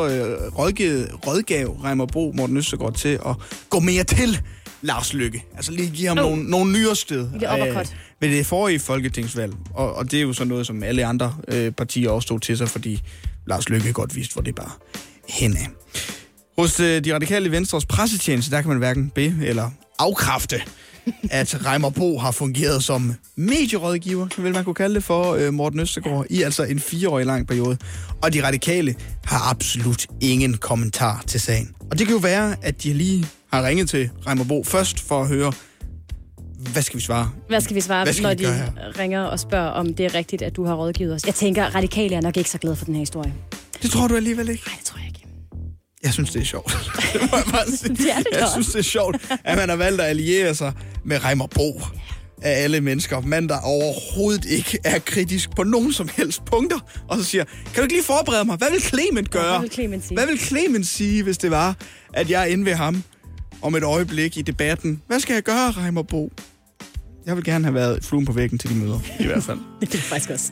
rådgav Reimer Bo Morten Østergaard til at gå mere til Lars Løkke. Altså lige give ham nogle nyrested ved det forrige folketingsvalg. Og det er jo sådan noget, som alle andre partier også stod til sig, fordi Lars Løkke godt vidste, hvor det bare henad. Hos de radikale Venstres pressetjeneste, der kan man hverken bede eller afkræfte at Reimer Bo har fungeret som medierådgiver, vil man kunne kalde det, for Morten Østergaard i altså en 4-årig lang periode. Og de radikale har absolut ingen kommentar til sagen. Og det kan jo være, at de lige har ringet til Reimer Bo først for at høre, hvad skal vi svare? Hvad skal vi svare, når de ringer og spørger, om det er rigtigt, at du har rådgivet os? Jeg tænker, radikale er nok ikke så glade for den her historie. Det tror du alligevel ikke? Nej, det tror jeg ikke. Jeg synes, det er sjovt. Det må jeg bare sige. Jeg synes, det er sjovt, at man har valgt at alliere sig med Reimer Bo af alle mennesker. Mand, der overhovedet ikke er kritisk på nogen som helst punkter. Og så siger, kan du ikke lige forberede mig? Hvad vil Clement gøre? Hvad vil Clement sige? Hvad vil Clement sige, hvis det var, at jeg er inde ved ham om et øjeblik i debatten? Hvad skal jeg gøre, Reimer Bo? Jeg vil gerne have været fluen på væggen til de møder, i hvert fald. Det er faktisk også.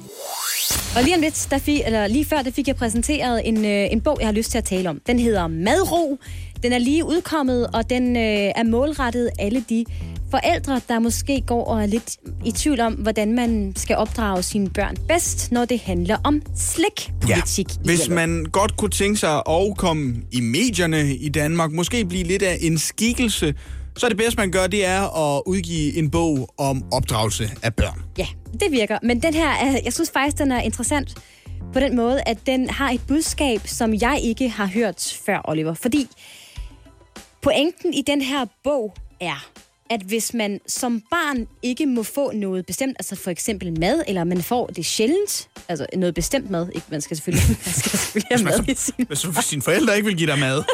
Og lige om lidt, lige før, der fik jeg præsenteret en bog, jeg har lyst til at tale om. Den hedder Madro. Den er lige udkommet, og den er målrettet alle de forældre, der måske går og er lidt i tvivl om, hvordan man skal opdrage sine børn bedst, når det handler om slikpolitik. Ja, hvis man godt kunne tænke sig at komme i medierne i Danmark, måske blive lidt af en skikkelse, så det bedste, man gør, det er at udgive en bog om opdragelse af børn. Ja, det virker. Men den her, jeg synes faktisk, den er interessant på den måde, at den har et budskab, som jeg ikke har hørt før, Oliver. Fordi pointen i den her bog er, at hvis man som barn ikke må få noget bestemt, altså for eksempel mad, eller man får det sjældent, altså noget bestemt mad, ikke? Man skal selvfølgelig have mad i sin Hvis sine forældre ikke vil give dig mad,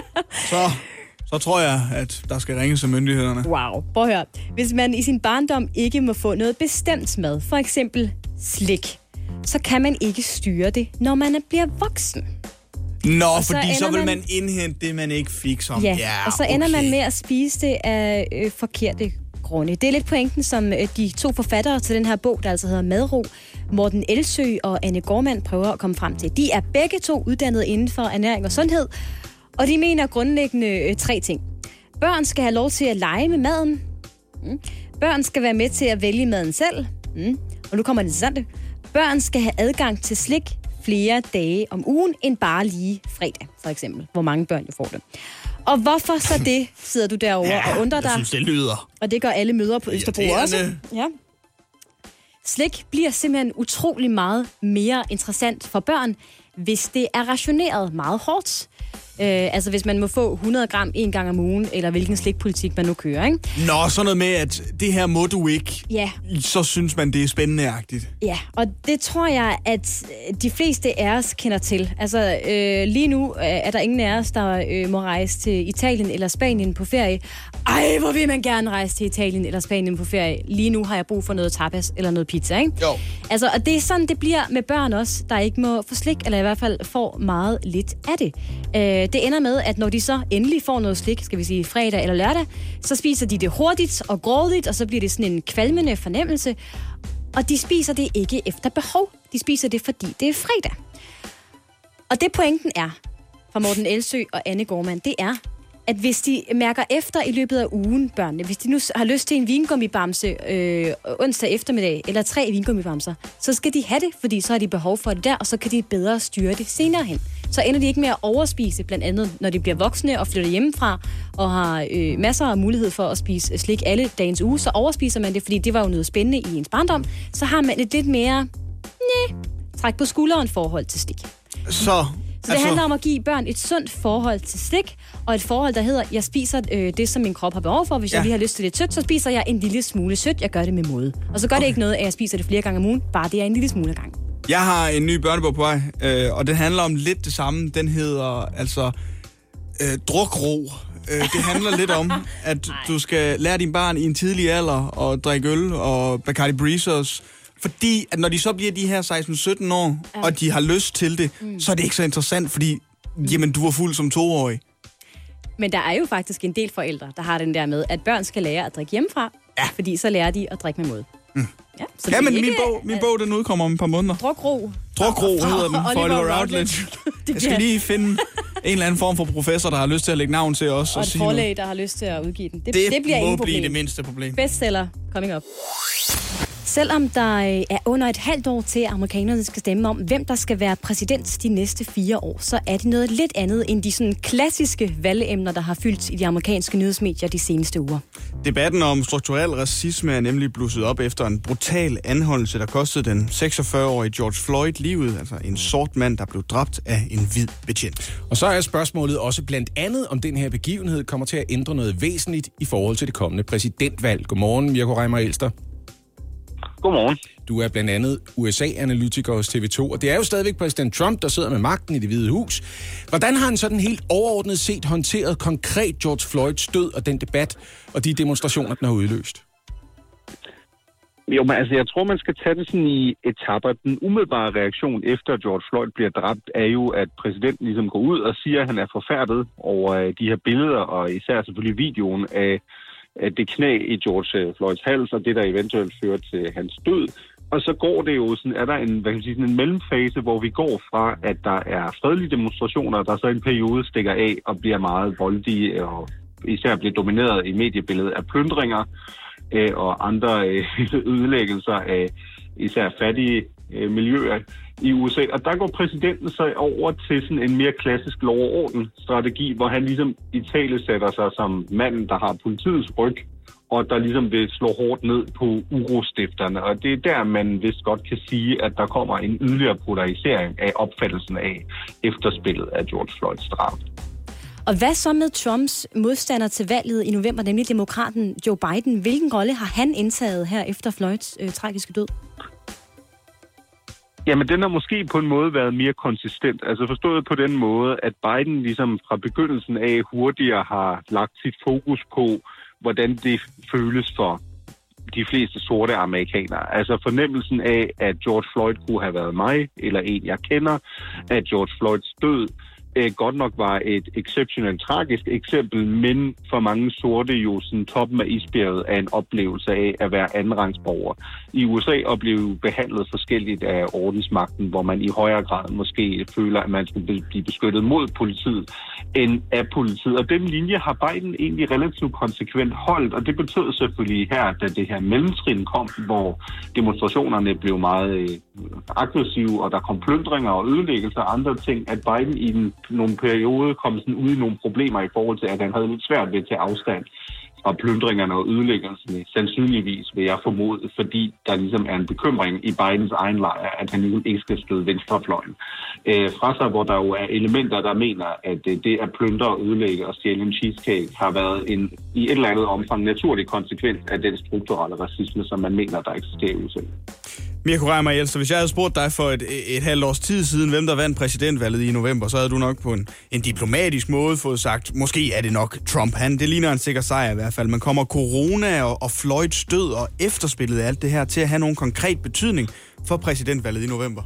så tror jeg, at der skal ringes til myndighederne. Wow, prøv at høre. Hvis man i sin barndom ikke må få noget bestemt mad, for eksempel slik, så kan man ikke styre det, når man bliver voksen. Nå, fordi så vil man indhente det, man ikke fik som. Ja, og så ender man med at spise det af forkerte grunde. Det er lidt pointen, som de to forfattere til den her bog, der altså hedder Madro, Morten Elsø og Anne Gormand, prøver at komme frem til. De er begge to uddannet inden for ernæring og sundhed, og de mener grundlæggende 3 ting. Børn skal have lov til at lege med maden. Børn skal være med til at vælge maden selv. Og nu kommer det interessante. Børn skal have adgang til slik flere dage om ugen, end bare lige fredag, for eksempel. Hvor mange børn jo får det. Og hvorfor så det, sidder du derovre og undrer dig? Jeg synes, det lyder. Og det gør alle mødre på Østerbro også. Ja. Slik bliver simpelthen utrolig meget mere interessant for børn, hvis det er rationeret meget hårdt. Altså hvis man må få 100 gram 1 gang om ugen, eller hvilken slikpolitik man nu kører, ikke? Nå, sådan noget med, at det her må du ikke. Ja. Så synes man, det er spændende-agtigt. Ja, og det tror jeg, at de fleste af os kender til. Altså lige nu er der ingen af os, der må rejse til Italien eller Spanien på ferie. Ej, hvor vil man gerne rejse til Italien eller Spanien på ferie. Lige nu har jeg brug for noget tapas eller noget pizza, ikke? Jo. Altså, og det er sådan, det bliver med børn også, der ikke må få slik, eller i hvert fald får meget lidt af det. Det ender med, at når de så endelig får noget slik, skal vi sige fredag eller lørdag, så spiser de det hurtigt og grådigt, og så bliver det sådan en kvalmende fornemmelse. Og de spiser det ikke efter behov. De spiser det, fordi det er fredag. Og det pointen er, fra Morten Elsø og Anne Gormand, det er, at hvis de mærker efter i løbet af ugen, børnene, hvis de nu har lyst til en vingummibamse onsdag eftermiddag, eller 3 vingummibamser, så skal de have det, fordi så har de behov for det der, og så kan de bedre styre det senere hen. Så ender de ikke med at overspise, blandt andet når de bliver voksne og flytter hjemmefra, og har masser af mulighed for at spise slik alle dagens uge, så overspiser man det, fordi det var jo noget spændende i ens barndom. Så har man et lidt mere træk på skulderen forhold til slik. Så det handler om at give børn et sundt forhold til slik, og et forhold, der hedder, jeg spiser det, som min krop har behov for. Hvis jeg lige har lyst til lidt sødt, så spiser jeg en lille smule sødt. Jeg gør det med måde. Og så gør det ikke noget, at jeg spiser det flere gange om ugen, bare det er en lille smule gang. Jeg har en ny børnebog på vej, og den handler om lidt det samme. Den hedder altså drukro. Det handler lidt om, at du skal lære din barn i en tidlig alder at drikke øl og Bacardi Breezers. Fordi at når de så bliver de her 16-17 år, og de har lyst til det, så er det ikke så interessant, fordi jamen, du var fuld som 2-årig. Men der er jo faktisk en del forældre, der har den der med, at børn skal lære at drikke hjemmefra, fordi så lærer de at drikke med måde. Ja, så men min bog, den udkommer om et par måneder. Drukro Hedder den, for Oliver Routledge. Jeg skal lige finde en eller anden form for professor, der har lyst til at lægge navn til os. Og et forlag, der har lyst til at udgive den. Det bliver ingen problem. Det må blive det mindste problem. Bestseller coming up. selvom der er under et halvt år til, at amerikanerne skal stemme om, hvem der skal være præsident de næste 4 år, så er det noget lidt andet end de sådan klassiske valgemner, der har fyldt i de amerikanske nyhedsmedier de seneste uger. Debatten om strukturel racisme er nemlig blusset op efter en brutal anholdelse, der kostede den 46-årige George Floyd livet, altså en sort mand, der blev dræbt af en hvid betjent. Og så er spørgsmålet også blandt andet, om den her begivenhed kommer til at ændre noget væsentligt i forhold til det kommende præsidentvalg. Godmorgen, Mirko Reimer Elster. Godmorgen. Du er blandt andet USA-analytiker hos TV2, og det er jo stadigvæk præsident Trump, der sidder med magten i Det Hvide Hus. Hvordan har han sådan helt overordnet set håndteret konkret George Floyds død og den debat og de demonstrationer, den har udløst? Jo, men altså, jeg tror, man skal tage det sådan i etaper. Den umiddelbare reaktion efter George Floyd bliver dræbt, er jo, at præsidenten ligesom går ud og siger, at han er forfærdet over de her billeder, og især selvfølgelig videoen af det knæ i George Floyds hals, og det, der eventuelt fører til hans død. Og så går det jo sådan, er der en mellemfase, hvor vi går fra, at der er fredelige demonstrationer, der så en periode stikker af og bliver meget voldige, og især bliver domineret i mediebilledet af plyndringer og andre ødelæggelser af især fattige miljøer i USA. Og der går præsidenten så over til sådan en mere klassisk lov- og orden-strategi, hvor han ligesom i tale sætter sig som manden, der har politiets ryg, og der ligesom vil slå hårdt ned på urostifterne. Og det er der, man vist godt kan sige, at der kommer en yderligere polarisering af opfattelsen af efterspillet af George Floyds drab. Og hvad så med Trumps modstander til valget i november, nemlig demokraten Joe Biden? Hvilken rolle har han indtaget her efter Floyds tragiske død? Jamen, den har måske på en måde været mere konsistent. Altså forstået på den måde, at Biden ligesom fra begyndelsen af hurtigere har lagt sit fokus på, hvordan det føles for de fleste sorte amerikanere. Altså fornemmelsen af, at George Floyd kunne have været mig, eller en jeg kender, at George Floyds død godt nok var et exceptionelt tragisk eksempel, men for mange sorte jo sådan toppen af isbjerget af en oplevelse af at være andenrangsborger. I USA oplever behandlet forskelligt af ordensmagten, hvor man i højere grad måske føler, at man skal blive beskyttet mod politiet end af politiet. Og den linje har Biden egentlig relativt konsekvent holdt, og det betød selvfølgelig her, da det her mellemtrin kom, hvor demonstrationerne blev meget aggressive, og der kom plyndringer og ødelæggelser og andre ting, at Biden i nogle perioder kom sådan ud i nogle problemer i forhold til, at han havde lidt svært ved at tage afstand fra plyndringerne og ødelæggelserne, sandsynligvis vil jeg formode, fordi der ligesom er en bekymring i Bidens egen lejr, at han ligesom ikke skal støde venstrefløjen fra sig, hvor der jo er elementer, der mener, at det at plyndre og ødelægge og stjæle en cheesecake har været i et eller andet omfang naturlig konsekvens af den strukturelle racisme, som man mener, der eksisterer i USA. Mirko Reimer Elster, hvis jeg havde spurgt dig for et halvt års tid siden, hvem der vandt præsidentvalget i november, så havde du nok på en diplomatisk måde fået sagt, måske er det nok Trump. Det ligner en sikker sejr i hvert fald. Men kommer corona og Floyds død og efterspillet af alt det her til at have nogen konkret betydning for præsidentvalget i november?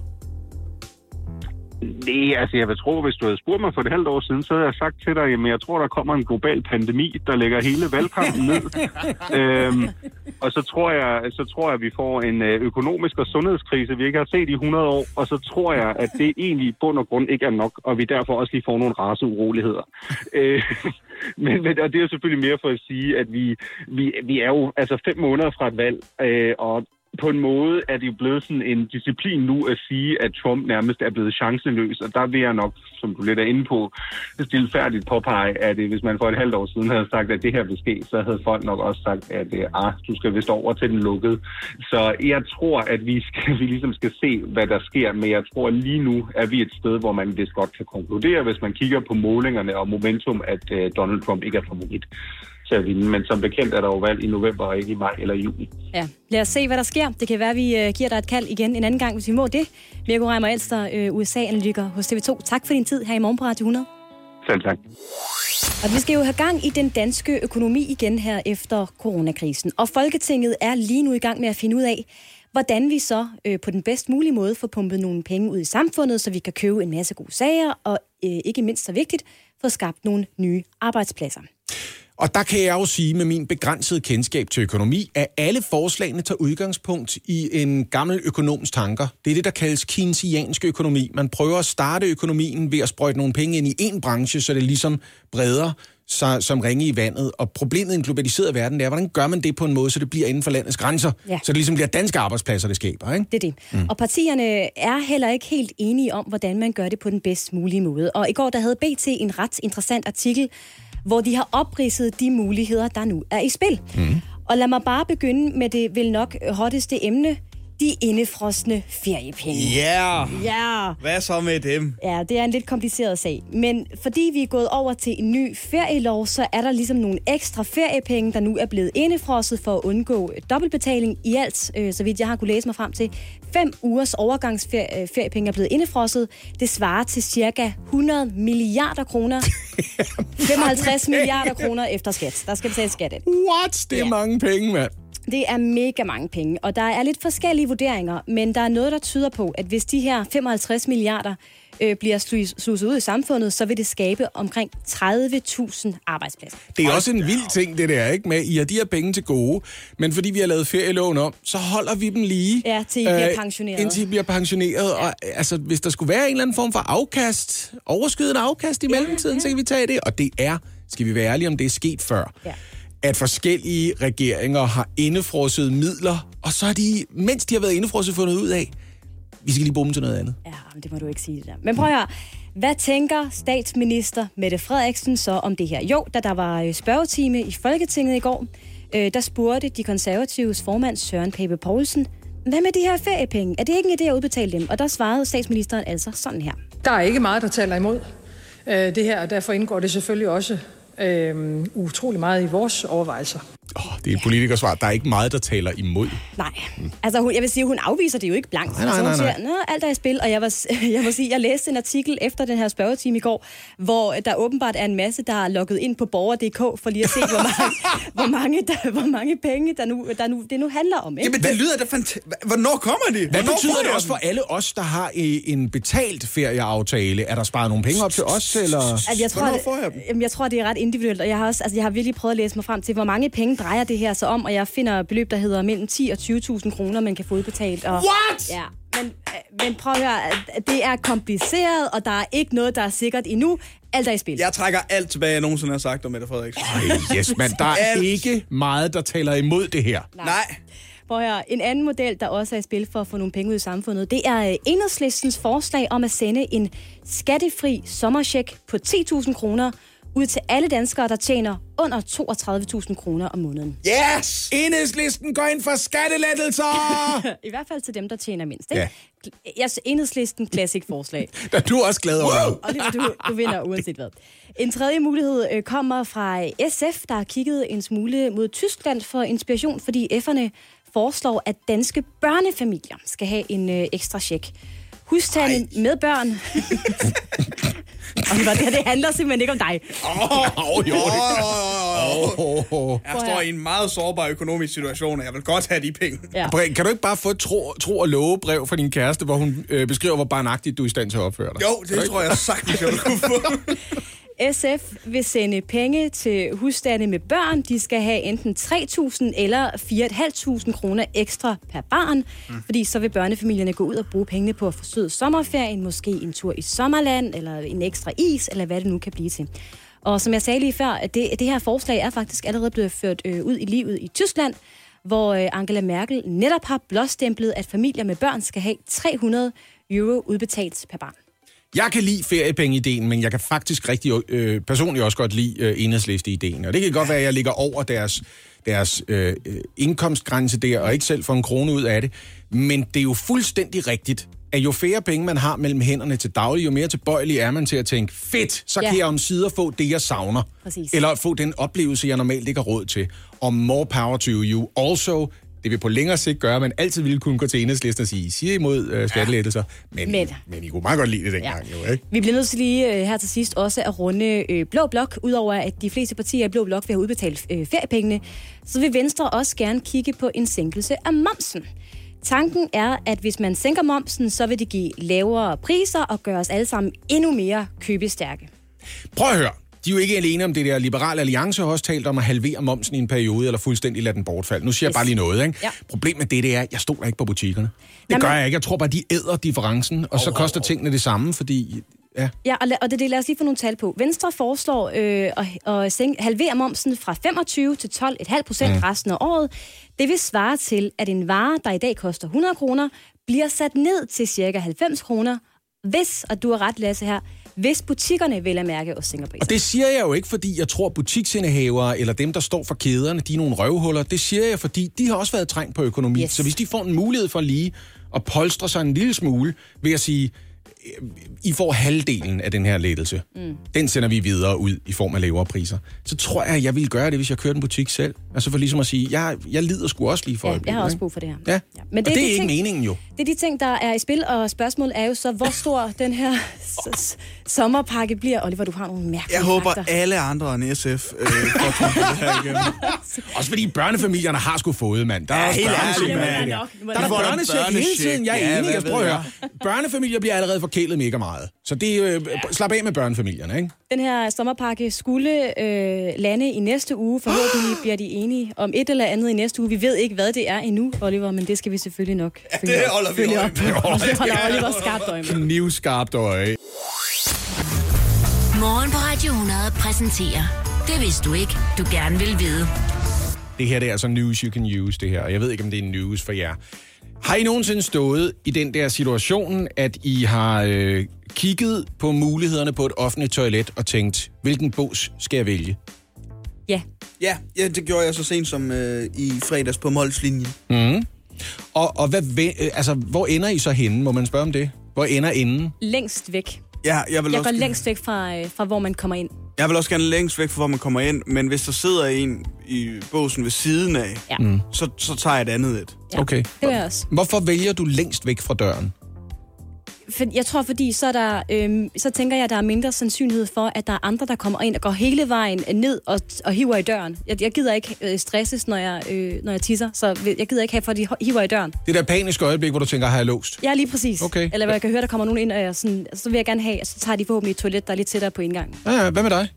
Nej, altså jeg vil tro, hvis du havde spurgt mig for et halvt år siden, så havde jeg sagt til dig, at jeg tror, der kommer en global pandemi, der lægger hele valgkampen ned. Og så tror jeg, vi får en økonomisk og sundhedskrise, vi ikke har set i 100 år. Og så tror jeg, at det egentlig i bund og grund ikke er nok, og vi derfor også lige får nogle raceuroligheder. Men og det er jo selvfølgelig mere for at sige, at vi er jo altså 5 måneder fra et valg, og på en måde er det jo blevet sådan en disciplin nu at sige, at Trump nærmest er blevet chanceløs, og der vil jeg nok, som du lidt er inde på, stilfærdigt påpege, at hvis man for et halvt år siden havde sagt, at det her vil ske, så havde folk nok også sagt, at du skal vist over til den lukkede. Så jeg tror, at vi ligesom skal se, hvad der sker, men jeg tror, at lige nu er vi et sted, hvor man vist godt kan konkludere, hvis man kigger på målingerne og momentum, at Donald Trump ikke er favorit. Men som bekendt er der jo valg i november og ikke i maj eller juni. Ja, lad os se, hvad der sker. Det kan være, vi giver dig et kald igen en anden gang, hvis vi må det. Mirko Reimer Elster, USA-analytiker hos TV2. Tak for din tid her i morgen på Radio 100. Selv tak. Og vi skal jo have gang i den danske økonomi igen her efter coronakrisen. Og Folketinget er lige nu i gang med at finde ud af, hvordan vi så på den bedst mulige måde får pumpet nogle penge ud i samfundet, så vi kan købe en masse gode sager, og ikke mindst så vigtigt, få skabt nogle nye arbejdspladser. Og der kan jeg jo sige med min begrænsede kendskab til økonomi, at alle forslagene tager udgangspunkt i en gammel økonoms tanker. Det er det, der kaldes keynesiansk økonomi. Man prøver at starte økonomien ved at sprøjte nogle penge ind i én branche, så det ligesom breder som ringe i vandet. Og problemet i en globaliseret verden, det er, hvordan gør man det på en måde, så det bliver inden for landets grænser? Ja. Så det ligesom bliver danske arbejdspladser, det skaber, ikke? Det er det. Og partierne er heller ikke helt enige om, hvordan man gør det på den bedst mulige måde. Og i går, der havde BT en ret interessant artikel, hvor de har opridset de muligheder, der nu er i spil. Og lad mig bare begynde med det vel nok hotteste emne, de indefrosne feriepenge. Ja! Ja! Hvad så med dem? Ja, det er en lidt kompliceret sag. Men fordi vi er gået over til en ny ferielov, så er der ligesom nogle ekstra feriepenge, der nu er blevet indefrosset for at undgå dobbeltbetaling i alt, så vidt jeg har kunne læse mig frem til. 5 ugers overgangsferiepenge er blevet indefrosset. Det svarer til cirka 100 milliarder kroner. 55 milliarder kroner efter skat. Der skal betales skat af. What? Det er mange penge, mand. Det er mega mange penge, og der er lidt forskellige vurderinger, men der er noget, der tyder på, at hvis de her 55 milliarder bliver sluset ud i samfundet, så vil det skabe omkring 30.000 arbejdspladser. Det er også en vild ting, det der, ikke? Med, I har de her penge til gode, men fordi vi har lavet ferieloven om, så holder vi dem lige. Ja, til I bliver pensioneret. Indtil I bliver pensioneret. Ja. Og altså, hvis der skulle være en eller anden form for afkast, overskydende afkast i mellemtiden, så kan vi tage det. Og det er, skal vi være ærlige om, det er sket før. Ja. At forskellige regeringer har indefrosset midler, og så har de, mens de har været indefrosset, fundet ud af, vi skal lige bruge dem til noget andet. Ja, men det må du ikke sige det der. Men prøv at høre, hvad tænker statsminister Mette Frederiksen så om det her? Jo, da der var spørgetime i Folketinget i går, der spurgte de konservatives formand Søren Pape Poulsen, hvad med de her feriepenge? Er det ikke en idé at udbetale dem? Og der svarede statsministeren altså sådan her. Der er ikke meget, der taler imod det her, og derfor indgår det selvfølgelig også utrolig meget i vores overvejelser. Det er et politikersvar. Der er ikke meget, der taler imod. Nej. Altså, jeg vil sige, hun afviser det jo ikke blankt. Nej. Hun siger, alt er i spil, og jeg må sige, jeg læste en artikel efter den her spørgetime i går, hvor der åbenbart er en masse, der er logget ind på borger.dk for lige at se, hvor mange penge det nu handler om. Ikke? Jamen, det lyder da fantastisk. Hvornår kommer det? Hvad betyder det også for alle os, der har en betalt ferieaftale? Er der sparet nogle penge op til os, eller? Jeg tror, det er ret individuelt, og jeg har virkelig prøvet at læse mig frem til, hvor mange penge drejer det her så om, og jeg finder beløb, der hedder mellem 10 og 20.000 kroner, man kan få udbetalt. Og, what? Ja, men prøv at høre, det er kompliceret, og der er ikke noget, der er sikkert endnu. Alt er i spil. Jeg trækker alt tilbage, jeg nogensinde har sagt om Mette Frederiksen. Yes, men der er ikke meget, der taler imod det her. Nej. Prøv at høre, en anden model, der også er i spil for at få nogle penge ud i samfundet, det er Enhedslistens forslag om at sende en skattefri sommercheck på 10.000 kroner ud til alle danskere, der tjener under 32.000 kroner om måneden. Yes! Enhedslisten går ind for skattelettelser! I hvert fald til dem, der tjener mindst. Ikke? Ja. Enhedslisten classic forslag. Der er du også glad over. Og du vinder uanset hvad. En tredje mulighed kommer fra SF, der har kigget en smule mod Tyskland for inspiration, fordi F'erne foreslår, at danske børnefamilier skal have en ekstra check. Husstande med børn. Og det handler simpelthen ikke om dig. Jeg står i en meget sårbar økonomisk situation, og jeg vil godt have de penge. Ja. Kan du ikke bare få et tro- og love-brev fra din kæreste, hvor hun beskriver, hvor barnagtigt du er i stand til at opføre dig? Jo, det tror jeg sagtens, jeg vil kunne få. SF vil sende penge til husstande med børn. De skal have enten 3.000 eller 4.500 kroner ekstra per barn, fordi så vil børnefamilierne gå ud og bruge pengene på at forsøge sommerferien, måske en tur i sommerland, eller en ekstra is, eller hvad det nu kan blive til. Og som jeg sagde lige før, at det her forslag er faktisk allerede blevet ført ud i livet i Tyskland, hvor Angela Merkel netop har blåstemplet, at familier med børn skal have 300 euro udbetalt per barn. Jeg kan lide feriepenge-ideen, men jeg kan faktisk rigtig personligt også godt lide Enhedsliste-ideen. Og det kan godt være, at jeg ligger over deres indkomstgrænse der, og ikke selv får en krone ud af det. Men det er jo fuldstændig rigtigt, at jo færre penge man har mellem hænderne til daglig, jo mere tilbøjelig er man til at tænke, fedt, så kan jeg omsider få det, jeg savner. Præcis. Eller få den oplevelse, jeg normalt ikke har råd til. Og more power to you. Also, det vil på længere sigt gøre, at man altid ville kunne gå til Enhedslisten og sige, I siger imod skattelettelser, men I kunne meget godt lide det dengang. Jo, ikke? Vi bliver nødt til lige her til sidst også at runde Blå Blok, udover at de fleste partier i Blå Blok vil have udbetalt feriepengene, så vil Venstre også gerne kigge på en sænkelse af momsen. Tanken er, at hvis man sænker momsen, så vil det give lavere priser og gøre os alle sammen endnu mere købestærke. Prøv at høre. De er jo ikke alene om det der. Liberal Alliance har også talt om at halvere momsen i en periode, eller fuldstændig lade den bortfalde. Nu siger jeg bare lige noget, ikke? Ja. Problemet med det er, at jeg stoler ikke på butikkerne. Det gør jeg ikke. Jeg tror bare, de æder differencen, og så koster tingene det samme, fordi Ja, og det lad os lige få nogle tal på. Venstre foreslår at halvere momsen fra 25 til 12,5% resten af året. Det vil svare til, at en vare, der i dag koster 100 kroner, bliver sat ned til ca. 90 kroner, hvis, og du har ret, Lasse her, hvis butikkerne vil at mærke og sænker priser. Og det siger jeg jo ikke, fordi jeg tror, butiksindehavere eller dem, der står for kæderne, de er nogle røvhuller. Det siger jeg, fordi de har også været trængt på økonomi. Yes. Så hvis de får en mulighed for lige at polstre sig en lille smule, vil jeg sige, I får halvdelen af den her lettelse. Den sender vi videre ud i form af lavere priser. Så tror jeg, jeg ville gøre det, hvis jeg kørte en butik selv. Altså for ligesom at sige, jeg lider sgu også lige for øjeblikket. Jeg har også brug for det her. Ja. Men det er ikke meningen jo. Det er de ting, der er i spil, og spørgsmålet er jo så, hvor stor den her sommerpakke bliver. Oliver, du har nogle mærkelige Jeg håber, fakter. alle andre end SF får trumfet det her igennem. Også fordi børnefamilierne har sgu fået, mand. Der er også børnecheck, mand. Der er børnecheck hele tiden. Jeg er enig, jeg prøver at høre. Børnefamilier bliver allerede forkælet mega meget. Så det slap af med børnefamilierne, ikke? Den her sommerpakke skulle lande i næste uge. Forhåbentlig bliver de enige om et eller andet i næste uge. Vi ved ikke, hvad det er endnu, Oliver, men det skal vi selvfølgelig nok det holder vi øje med. Det holder Oliver skarpt øje med. Knivskarpt øje. Morgen på Radio 100 præsenterer Det vidste du ikke, du gerne vil vide. Det her, det er altså news you can use, det her. Og jeg ved ikke, om det er news for jer. Har I nogensinde stået i den der situation, at I har kigget på mulighederne på et offentligt toilet og tænkt, hvilken bås skal jeg vælge? Ja. Ja, det gjorde jeg så sent som i fredags på Molslinjen. Og hvor ender I så henne, må man spørge om det? Hvor ender enden? Længst væk. Ja, jeg går længst væk fra, hvor man kommer ind. Jeg vil også gerne længst væk fra, hvor man kommer ind, men hvis der sidder en i båsen ved siden af, så tager jeg et andet et. Ja, okay. Det vil jeg også. Hvorfor vælger du længst væk fra døren? Jeg tror, fordi så tænker jeg, at der er mindre sandsynlighed for, at der er andre, der kommer ind og går hele vejen ned og hiver i døren. Jeg gider ikke stresses, når jeg tisser, så jeg gider ikke have, for de hiver i døren. Det der paniske øjeblik, hvor du tænker, har jeg låst? Ja, lige præcis. Okay. Eller hvor jeg kan høre, der kommer nogen ind, og så vil jeg gerne have, så tager de forhåbentlig et toilet, der er lidt tættere på indgangen. Ja, hvad med dig?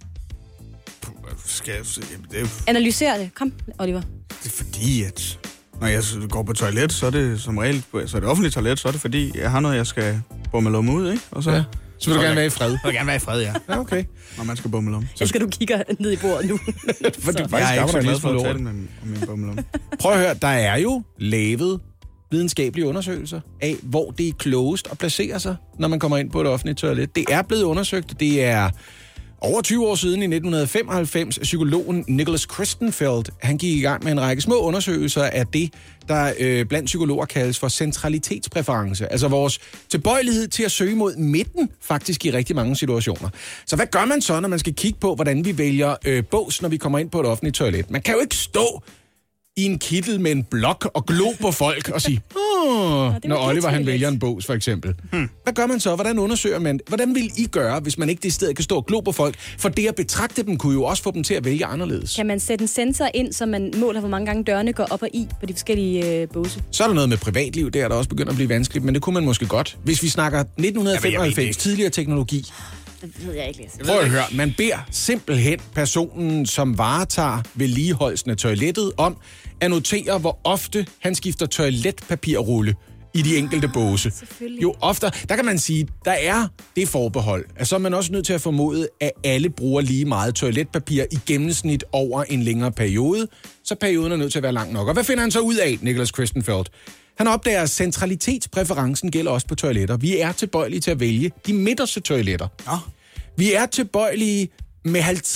Analyser det. Kom, Oliver. Det er fordi, at når jeg går på toilet, så er det som regel, så er det offentligt toilet, så er det fordi, jeg har noget, jeg skal bumme ud, ikke? Og så, ja. Så vil du gerne være i fred? Jeg vil gerne være i fred, ja. Ja, okay. Når man skal bumme om. Så skal du kigge ned i bordet nu. For du jeg er ikke så glad for at tale med min bumme. Prøv at høre, der er jo lavet videnskabelige undersøgelser af, hvor det er klogest at placere sig, når man kommer ind på et offentligt toilet. Det er blevet undersøgt. Det er over 20 år siden, i 1995, psykologen Nicholas Christenfeld, han gik i gang med en række små undersøgelser af det, der blandt psykologer kaldes for centralitetspræference. Altså vores tilbøjelighed til at søge mod midten, faktisk i rigtig mange situationer. Så hvad gør man så, når man skal kigge på, hvordan vi vælger bås, når vi kommer ind på et offentligt toilet? Man kan jo ikke stå i en kittel med en blok og glo på folk og sige, når Oliver han vælger en bås, for eksempel. Hvad gør man så? Hvordan undersøger man? Hvordan vil I gøre, hvis man ikke det sted kan stå og glo på folk? For det at betragte dem kunne jo også få dem til at vælge anderledes. Kan man sætte en sensor ind, så man måler, hvor mange gange dørene går op og i på de forskellige båse? Så er der noget med privatliv, der også begyndt at blive vanskeligt, men det kunne man måske godt. Hvis vi snakker 1995, tidligere teknologi. Det ved jeg ikke, Lasse. Prøv at høre, man beder simpelthen personen, som varetager vedligeholdelsen af toilettet, om at notere, hvor ofte han skifter toiletpapirrulle i de enkelte båse. Jo oftere, der kan man sige, der er det forbehold, at så er man også nødt til at formode, at alle bruger lige meget toiletpapir i gennemsnit over en længere periode, så perioden er nødt til at være lang nok. Og hvad finder han så ud af, Nicholas Christenfeld? Han opdager, at centralitetspræferencen gælder også på toiletter. Vi er tilbøjelige til at vælge de midterste toiletter. Ja. Vi er tilbøjelige med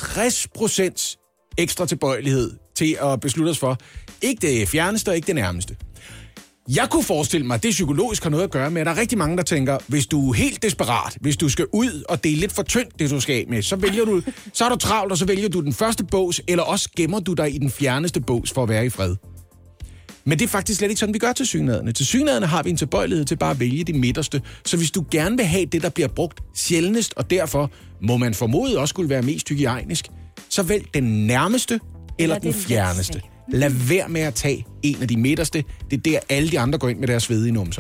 50% ekstra tilbøjelighed til at beslutte os for, ikke det fjerneste og ikke det nærmeste. Jeg kunne forestille mig, at det psykologisk har noget at gøre med, at der er rigtig mange, der tænker, hvis du er helt desperat, hvis du skal ud, og det er lidt for tyndt, det du skal af med, så er du travlt, og så vælger du den første bås, eller også gemmer du dig i den fjerneste bås for at være i fred. Men det er faktisk slet ikke sådan, vi gør til synligheden. Til synligheden har vi en tilbøjelighed til bare at vælge det midterste. Så hvis du gerne vil have det, der bliver brugt sjældnest, og derfor må man formode også skulle være mest hygiejnisk, så vælg den nærmeste eller den fjerneste. Lad være med at tage en af de midterste. Det er der, alle de andre går ind med deres svedige numser.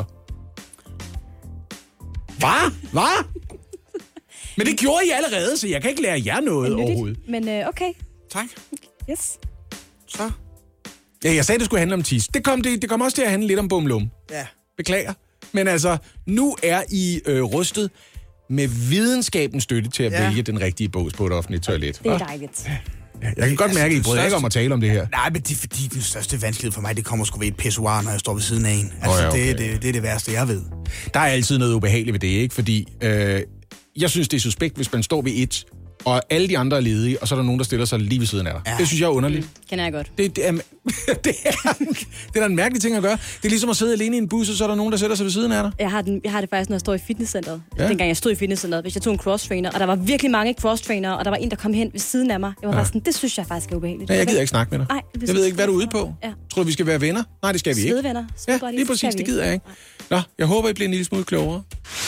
Hvad? Men det gjorde I allerede, så jeg kan ikke lære jer noget overhovedet. Men okay. Tak. Yes. Så. Ja, jeg sagde, det skulle handle om tis. Det kom også til at handle lidt om bumlum. Ja. Beklager. Men altså, nu er I rustet. med videnskabens støtte til at vælge den rigtige bås på et offentligt toilet. Det er dejligt. Jeg kan godt mærke, at I bryder ikke om at tale om det her. Nej, men det er fordi, den største vanskelighed for mig, det kommer sgu ved et pissoir, når jeg står ved siden af en. Altså, okay. det er det værste, jeg ved. Der er altid noget ubehageligt ved det, ikke? Fordi jeg synes, det er suspekt, hvis man står ved et, og alle de andre er ledige, og så er der nogen, der stiller sig lige ved siden af dig. Ja. Det synes jeg er underligt. Kender jeg godt. Det er da en mærkelig ting at gøre. Det er ligesom at sidde alene i en bus, og så er der nogen, der sætter sig ved siden af dig. Jeg har det faktisk, når jeg står i fitnesscenteret. Ja. Dengang jeg stod i fitnesscenteret, hvis jeg tog en cross-trainer, og der var virkelig mange cross-trainere, og der var en, der kom hen ved siden af mig. Jeg var bare sådan, det synes jeg faktisk er ubehageligt. Ja, jeg gider ikke snakke med dig. Nej, jeg ved ikke, hvad du er ude på. Ja. Tror du, vi skal være venner? Nej, det skal vi ikke. Svedevenner. Ja, lige præcis, det gider jeg ikke. Nå, jeg håber, I bliver en lille smule klogere.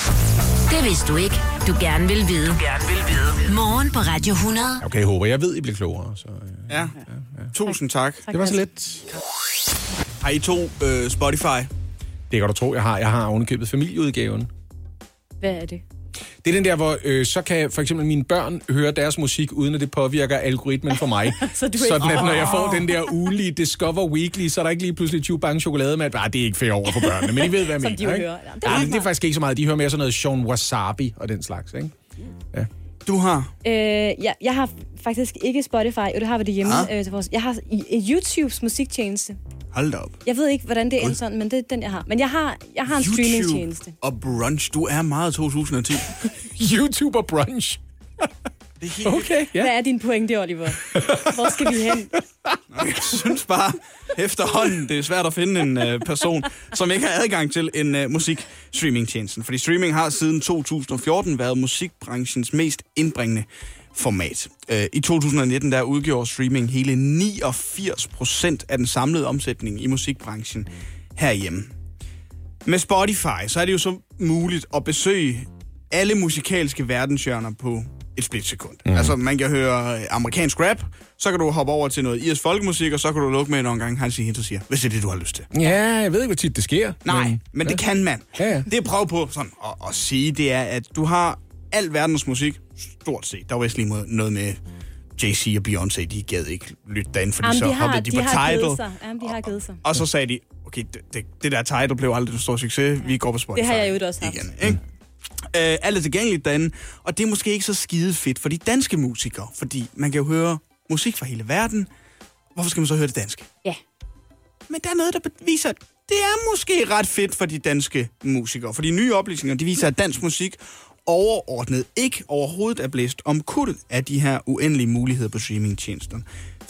Det vidste du ikke. Du gerne vil vide. Morgen på Radio 100. Okay, jeg håber, jeg ved, I bliver klogere. Så, ja. Tusind tak. Det var så let. Har I to Spotify? Det kan du tro, jeg har. Jeg har ovenikøbet familieudgaven. Hvad er det? Det er den der, hvor så kan for eksempel mine børn høre deres musik, uden at det påvirker algoritmen for mig. Sådan at når jeg får den der ugenlige Discover Weekly, så er der ikke lige pludselig 20 bange chokolade med, at det er ikke fair over for børnene. Men I ved, hvad jeg mener. Som de hører. Ja, det er faktisk ikke så meget. De hører mere sådan noget Sean Wasabi og den slags, ikke? Ja. Du har? Jeg har faktisk ikke Spotify, og det har vi det hjemme. Jeg har YouTubes musiktjeneste. Hold da op. Jeg ved ikke, hvordan det er sådan, men det er den, jeg har. Men jeg har en streamingtjeneste. Og brunch. Du er meget 2010. YouTube og brunch. Okay, ja. Hvad er din pointe, Oliver? Hvor skal vi hen? Jeg synes bare, efterhånden, det er svært at finde en person, som ikke har adgang til en musikstreamingtjenesten. Fordi streaming har siden 2014 været musikbranchens mest indbringende format. I 2019 der udgjorde streaming hele 89% af den samlede omsætning i musikbranchen herhjemme. Med Spotify, så er det jo så muligt at besøge alle musikalske verdenshjørner på et splitsekund. Altså, man kan høre amerikansk rap, så kan du hoppe over til noget irsk folkemusik, og så kan du lukke med nogle gange Hansi Hinterseer, hvis det er det, du har lyst til. Ja, jeg ved ikke, hvor tit det sker. Nej, men det kan man. Ja. Det jeg prøver på sådan at sige, det er, at du har al verdens musik, stort set. Der var vist lige noget med Jay-Z og Beyoncé, de gad ikke lytte derinde, fordi så hoppede de på Tidal. De har givet sig. Og så sagde de, okay, det der Tidal blev aldrig en stor succes, vi går på Spotify. Det har jeg jo også haft. Igen, ikke? Alt er tilgængeligt derinde, og det er måske ikke så skide fedt for de danske musikere, fordi man kan jo høre musik fra hele verden. Hvorfor skal man så høre det danske? Ja. Men der er noget, der viser, at det er måske ret fedt for de danske musikere. For de nye oplysninger, de viser, at dansk musik overordnet ikke overhovedet er blæst omkuld af de her uendelige muligheder på streamingtjenesterne.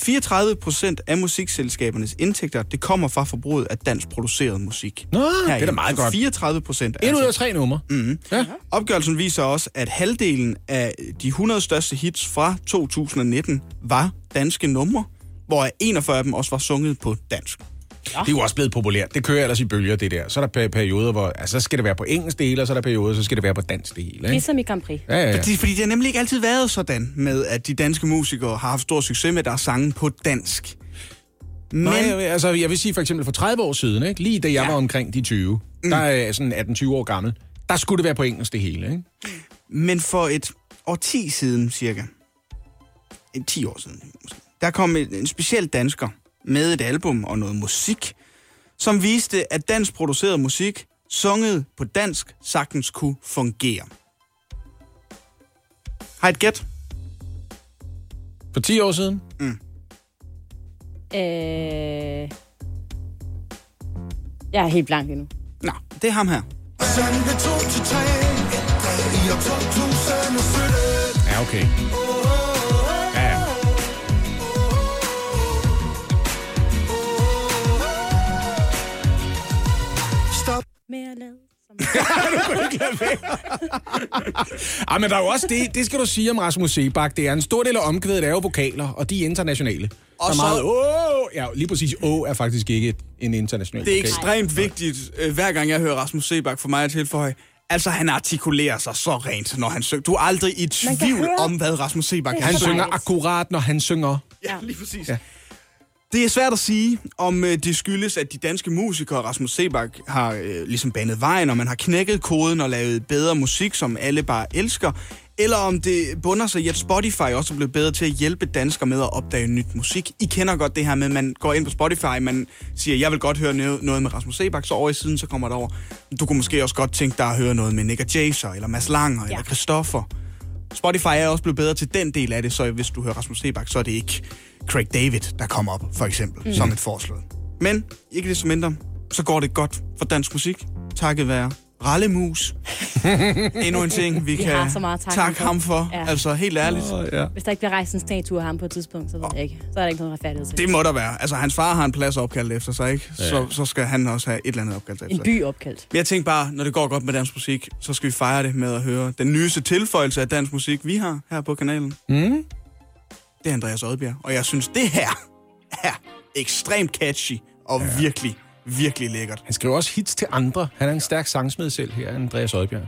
34% af musikselskabernes indtægter, det kommer fra forbruget af dansk produceret musik. Nå, det er da meget godt. 34%. 1 ud af 3 numre. Mm-hmm. Ja. Opgørelsen viser også, at halvdelen af de 100 største hits fra 2019 var danske numre, hvor 41 af dem også var sunget på dansk. Ja. Det er jo også blevet populært. Det kører ellers i bølger, det der. Så er der perioder, hvor så skal det være på engelsk del, og så er der perioder, så skal det være på dansk del. Ikke? Ligesom i Grand Prix. Ja. Fordi det har nemlig ikke altid været sådan med, at de danske musikere har haft stor succes med deres sange på dansk. Men altså, jeg vil sige for eksempel for 30 år siden, ikke? Lige da jeg var omkring de 20, der er sådan 18-20 år gammel, der skulle det være på engelsk det hele. Ikke? Men for et årti siden cirka, 10 år siden måske, der kom en speciel dansker med et album og noget musik, som viste, at dansk produceret musik, sunget på dansk, sagtens kunne fungere. Har I et gæt? For 10 år siden? Jeg er helt blank endnu. Nå, det er ham her. Ja, okay. Ja. Mere lad. Men der er jo også det skal du sige om Rasmus Seebach. Det er en stor del af omkvædet, er jo vokaler, og de er internationale. Og så meget, ja, lige præcis, er faktisk ikke en international Det er vokal. ekstremt vigtigt, hver gang jeg hører Rasmus Seebach, for mig at tilføje. Altså, han artikulerer sig så rent, når han synger. Du er aldrig i tvivl om, hvad Rasmus Seebach er. Han synger akkurat, når han synger. Ja, lige præcis. Ja. Det er svært at sige, om det skyldes, at de danske musikere, Rasmus Seebach, har ligesom banet vejen, og man har knækket koden og lavet bedre musik, som alle bare elsker, eller om det bunder sig i, at Spotify også er blevet bedre til at hjælpe danskere med at opdage nyt musik. I kender godt det her med, at man går ind på Spotify, man siger, jeg vil godt høre noget med Rasmus Seebach, så over i siden, så kommer der over. Du kunne måske også godt tænke dig at høre noget med Nick og Jay, eller Mads Langer, eller Christoffer. Spotify er også blevet bedre til den del af det, så hvis du hører Rasmus Seebach, så er det ikke Craig David, der kommer op, for eksempel, som et forslag. Men ikke desto mindre, så går det godt for dansk musik, takket være Rallemus. Endnu en ting, vi kan takke ham for. Ja. Altså, helt ærligt. Hvis der ikke bliver rejst en statue af ham på et tidspunkt, så ved jeg ikke. Så er der ikke noget retfærdighed til. Det må der være. Altså, hans far har en plads opkaldt efter sig, ikke? Ja. Så skal han også have et eller andet opkaldt efter sig. En by opkaldt. Men jeg tænker bare, når det går godt med dansk musik, så skal vi fejre det med at høre den nyeste tilføjelse af dansk musik, vi har her på kanalen. Det er Andreas Odbjerg. Og jeg synes, det her er ekstremt catchy og virkelig lækkert. Han skriver også hits til andre. Han er en stærk sangsmed selv her, Andreas Odbjerg.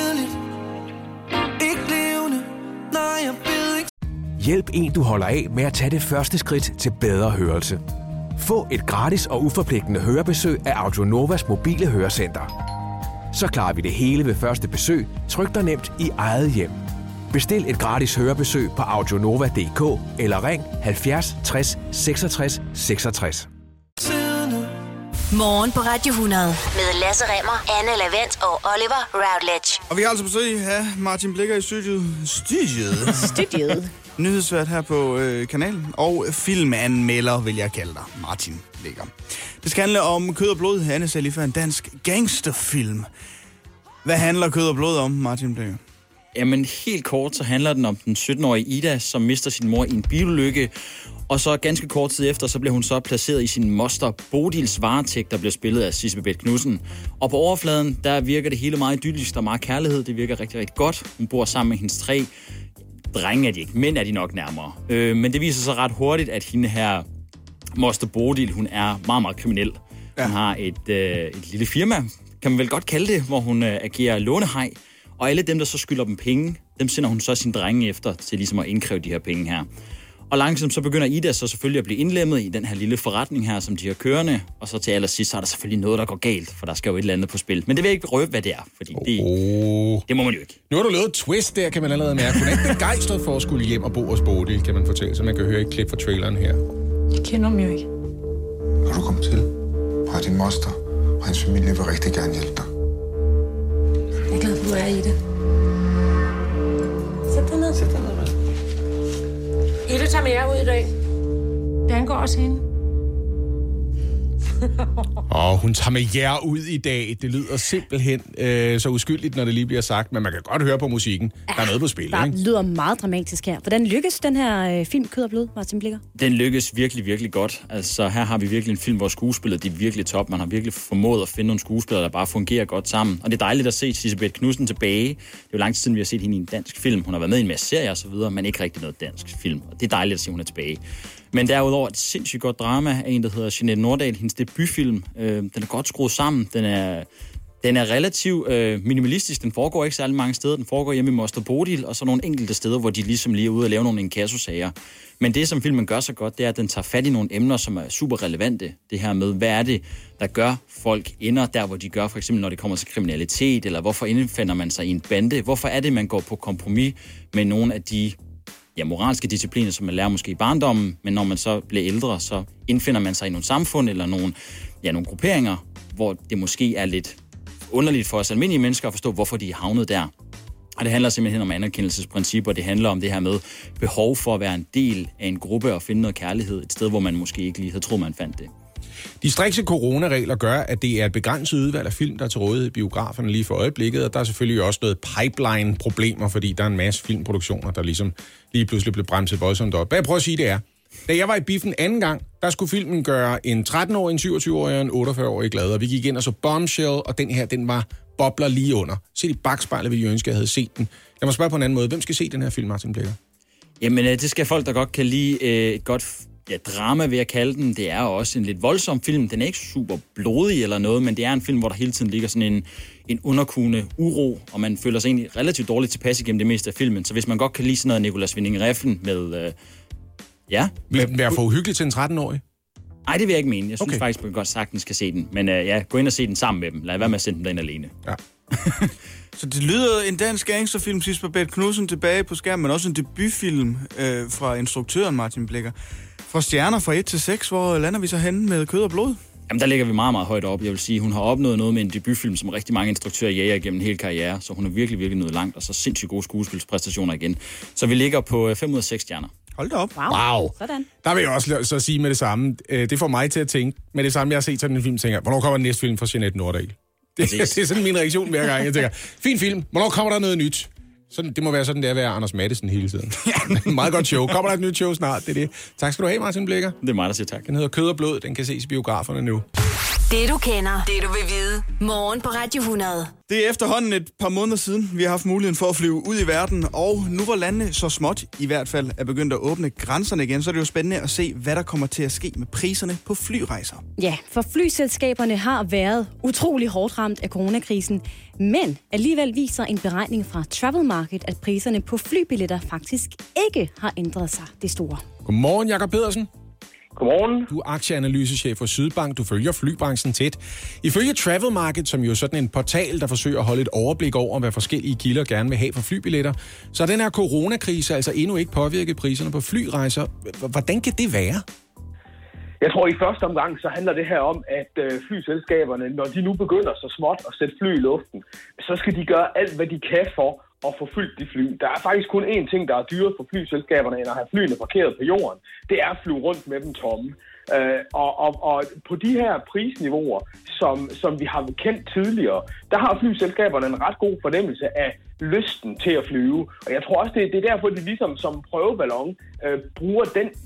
Hjælp en, du holder af med at tage det første skridt til bedre hørelse. Få et gratis og uforpligtende hørebesøg af Audionovas mobile hørecenter. Så klarer vi det hele ved første besøg, tryk dig nemt i eget hjem. Bestil et gratis hørebesøg på audionova.dk eller ring 70 60 66 66. Morgen på Radio 100 med Lasse Remmer, Anne Lavent og Oliver Routledge. Og vi har altså besøg af Martin Blikker i studiet. Nyhedsvært her på kanalen. Og filmanmelder, vil jeg kalde dig, Martin Blikker. Det skal handle om Kød og Blod. Anne sagde lige før en dansk gangsterfilm. Hvad handler Kød og Blod om, Martin Blikker? Jamen helt kort, så handler den om den 17-årige Ida, som mister sin mor i en bilulykke. Og så ganske kort tid efter, så bliver hun så placeret i sin moster Bodils varetægt, der bliver spillet af Sisse Babett Knudsen. Og på overfladen, der virker det hele meget idyllisk, der er meget kærlighed, det virker rigtig, rigtig godt. Hun bor sammen med hendes 3 drenge, er de ikke, mænd er de nok nærmere. Men det viser sig ret hurtigt, at hende her, moster Bodil, hun er meget, meget kriminel. Ja. Hun har et lille firma, kan man vel godt kalde det, hvor hun agerer lånehaj. Og alle dem, der så skylder dem penge, dem sender hun så sine drenge efter til ligesom at indkræve de her penge her. Og langsomt så begynder Ida så selvfølgelig at blive indlemmet i den her lille forretning her, som de har kørende. Og så til allersidst, så er der selvfølgelig noget, der går galt, for der skal jo et eller andet på spil. Men det vil jeg ikke røbe, hvad det er, fordi det må man jo ikke. Nu har du lavet et twist der, kan man allerede mærke. Hun er ikke begejstret for at skulle hjem og bo hos Bodil, kan man fortælle, så man kan høre et klip fra traileren her. Jeg kender dem jo ikke. Når du kommer til, har din moster og hans familie vil rigtig gerne hjælpe dig. Jeg er glad for, du er i det. Sæt dig ned. Ida tager med jer ud i dag. Det angår også hende. Hun tager med jer ud i dag. Det lyder simpelthen så uskyldigt, når det lige bliver sagt, men man kan godt høre på musikken. Der er noget på spil, ikke? Det lyder meget dramatisk her. Hvordan lykkes den her film Kød og Blod, Martin Blikker? Den lykkes virkelig, virkelig godt. Altså her har vi virkelig en film, hvor skuespillet de er virkelig top. Man har virkelig formået at finde nogle skuespillere, der bare fungerer godt sammen. Og det er dejligt at se Sisse Babett Knudsen tilbage. Det er jo lang tid siden, vi har set hende i en dansk film. Hun har været med i en masse serier og så videre, men ikke rigtig noget dansk film. Og det er dejligt at se, hun er tilbage. Men derudover et sindssygt godt drama af en, der hedder Jeanette Nordahl, hendes debutfilm. Den er godt skruet sammen. Den er relativt minimalistisk. Den foregår ikke særlig mange steder. Den foregår hjemme i Moster Bodil, og så nogle enkelte steder, hvor de ligesom lige er ude og lave nogle inkassosager. Men det, som filmen gør så godt, det er, at den tager fat i nogle emner, som er super relevante. Det her med, hvad er det, der gør folk ender der, hvor de gør, for eksempel når det kommer til kriminalitet, eller hvorfor indfinder man sig i en bande? Hvorfor er det, man går på kompromis med nogle af de moralske discipliner, som man lærer måske i barndommen, men når man så bliver ældre, så indfinder man sig i nogle samfund eller nogle grupperinger, hvor det måske er lidt underligt for os almindelige mennesker at forstå, hvorfor de er havnet der. Og det handler simpelthen om anerkendelsesprincipper, det handler om det her med behov for at være en del af en gruppe og finde noget kærlighed et sted, hvor man måske ikke lige havde troet, man fandt det. De strikse coronaregler gør, at det er et begrænset udvalg af film, der er til rådighed i biograferne lige for øjeblikket, og der er selvfølgelig også noget pipeline-problemer, fordi der er en masse filmproduktioner, der ligesom lige pludselig blev bremset voldsomt op. Hvad jeg prøver at sige, det er, da jeg var i biffen anden gang, der skulle filmen gøre en 13-årig, en 27-årig og en 48-årig glad, og vi gik ind og så Bombshell, og den her, den var bobler lige under. Se i bagspejlet, ville jeg ønske, jeg havde set den. Lad mig spørge på en anden måde. Hvem skal se den her film, Martin Blikker? Jamen, det skal folk, der godt kan lide et godt drama, vil jeg kalde den. Det er også en lidt voldsom film. Den er ikke super blodig eller noget, men det er en film, hvor der hele tiden ligger sådan en underkuende uro, og man føler sig egentlig relativt dårligt tilpas igennem det meste af filmen. Så hvis man godt kan lide sådan noget Nicolas Winding Refn med... Vil den være for uhyggelig til en 13-årig? Nej, det vil jeg ikke mene. Jeg synes faktisk, at man godt sagtens skal se den. Men gå ind og se den sammen med dem. Lad være med at sende dem derind alene. Ja. Så det lyder en dansk gangsterfilm, Sisbeth Knudsen tilbage på skærmen, men også en debutfilm fra instruktøren Martin Blikker. Fra stjerner fra 1 til 6, hvor lander vi så henne med kød og blod? Jamen, der ligger vi meget, meget højt op. Jeg vil sige, hun har opnået noget med en debutfilm, som rigtig mange instruktører jager gennem hele karriere, så hun er virkelig, virkelig nået langt, og så sindssygt gode skuespilspræstationer igen. Så vi ligger på 5 ud af 6 stjerner. Hold da op. Wow. Sådan. Der vil jeg også så sige med det samme. Det får mig til at tænke, med det samme, jeg har set sådan en film, tænker, hvornår kommer den næste film fra Jeanette Nordahl? Det er sådan min reaktion hver gang. Jeg tænker, fin film, hvornår kommer der noget nyt? Sådan, det må være sådan, det er at være Anders Mattesen hele tiden. Meget godt show. Kommer der et nyt show snart? Det er det. Tak skal du have, Martin Blikker. Det er mig, der siger tak. Den hedder Kød og blod. Den kan ses i biograferne nu. Det du kender, det du vil vide. Morgen på Radio 100. Det er efterhånden et par måneder siden, vi har haft muligheden for at flyve ud i verden, og nu hvor landene så småt i hvert fald er begyndt at åbne grænserne igen, så er det jo spændende at se, hvad der kommer til at ske med priserne på flyrejser. Ja, for flyselskaberne har været utrolig hårdt ramt af coronakrisen, men alligevel viser en beregning fra Travel Market, at priserne på flybilletter faktisk ikke har ændret sig det store. Godmorgen, Jakob Pedersen. Godmorgen. Du er aktieanalysechef for Sydbank. Du følger flybranchen tæt. Ifølge Travel Market, som jo er sådan en portal, der forsøger at holde et overblik over, hvad forskellige kilder gerne vil have for flybilletter, så er den her coronakrise altså endnu ikke påvirket priserne på flyrejser. Hvordan kan det være? Jeg tror, i første omgang så handler det her om, at flyselskaberne, når de nu begynder så småt at sætte fly i luften, så skal de gøre alt, hvad de kan for at få fyldt de fly. Der er faktisk kun én ting, der er dyrere for flyselskaberne, end at have flyene parkeret på jorden. Det er at flyve rundt med dem tomme. Og på de her prisniveauer, som vi har kendt tidligere, der har flyselskaberne en ret god fornemmelse af lysten til at flyve. Og jeg tror også, det er derfor, de ligesom som prøveballon bruger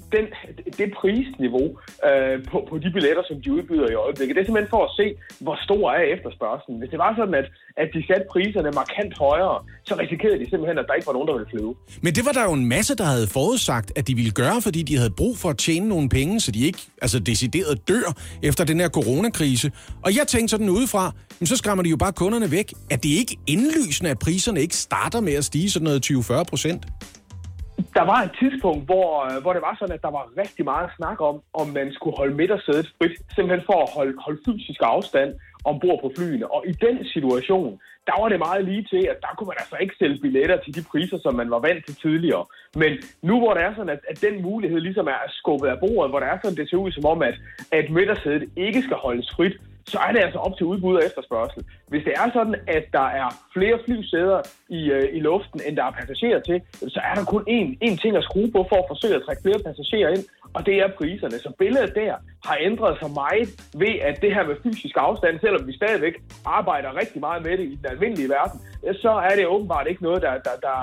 det prisniveau på de billetter, som de udbyder i øjeblikket. Det er simpelthen for at se, hvor stor er efterspørgslen. Hvis det var sådan, at de satte priserne markant højere, så risikerede de simpelthen, at der ikke var nogen, der ville flyve. Men det var der jo en masse, der havde forudsagt, at de ville gøre, fordi de havde brug for at tjene nogle penge, så de ikke decideret dør efter den her coronakrise. Og jeg tænkte sådan udefra, så skræmmer de jo bare kunderne væk. Er det ikke indlysende, at priserne ikke starter med at stige sådan noget 20-40%? Der var et tidspunkt, hvor det var sådan, at der var rigtig meget snak om man skulle holde midtersædet frit, simpelthen for at holde fysisk afstand ombord på flyene. Og i den situation, der var det meget lige til, at der kunne man altså ikke sælge billetter til de priser, som man var vant til tidligere. Men nu hvor det er sådan, at den mulighed ligesom er skubbet af bordet, hvor det er sådan, det ser ud som om, at midtersædet ikke skal holdes frit, så er det altså op til udbud og efterspørgsel. Hvis det er sådan, at der er flere flysæder i luften, end der er passagerer til, så er der kun én ting at skrue på for at forsøge at trække flere passagerer ind, og det er priserne. Så billedet der har ændret sig meget ved, at det her med fysisk afstand, selvom vi stadigvæk arbejder rigtig meget med det i den almindelige verden, så er det åbenbart ikke noget, der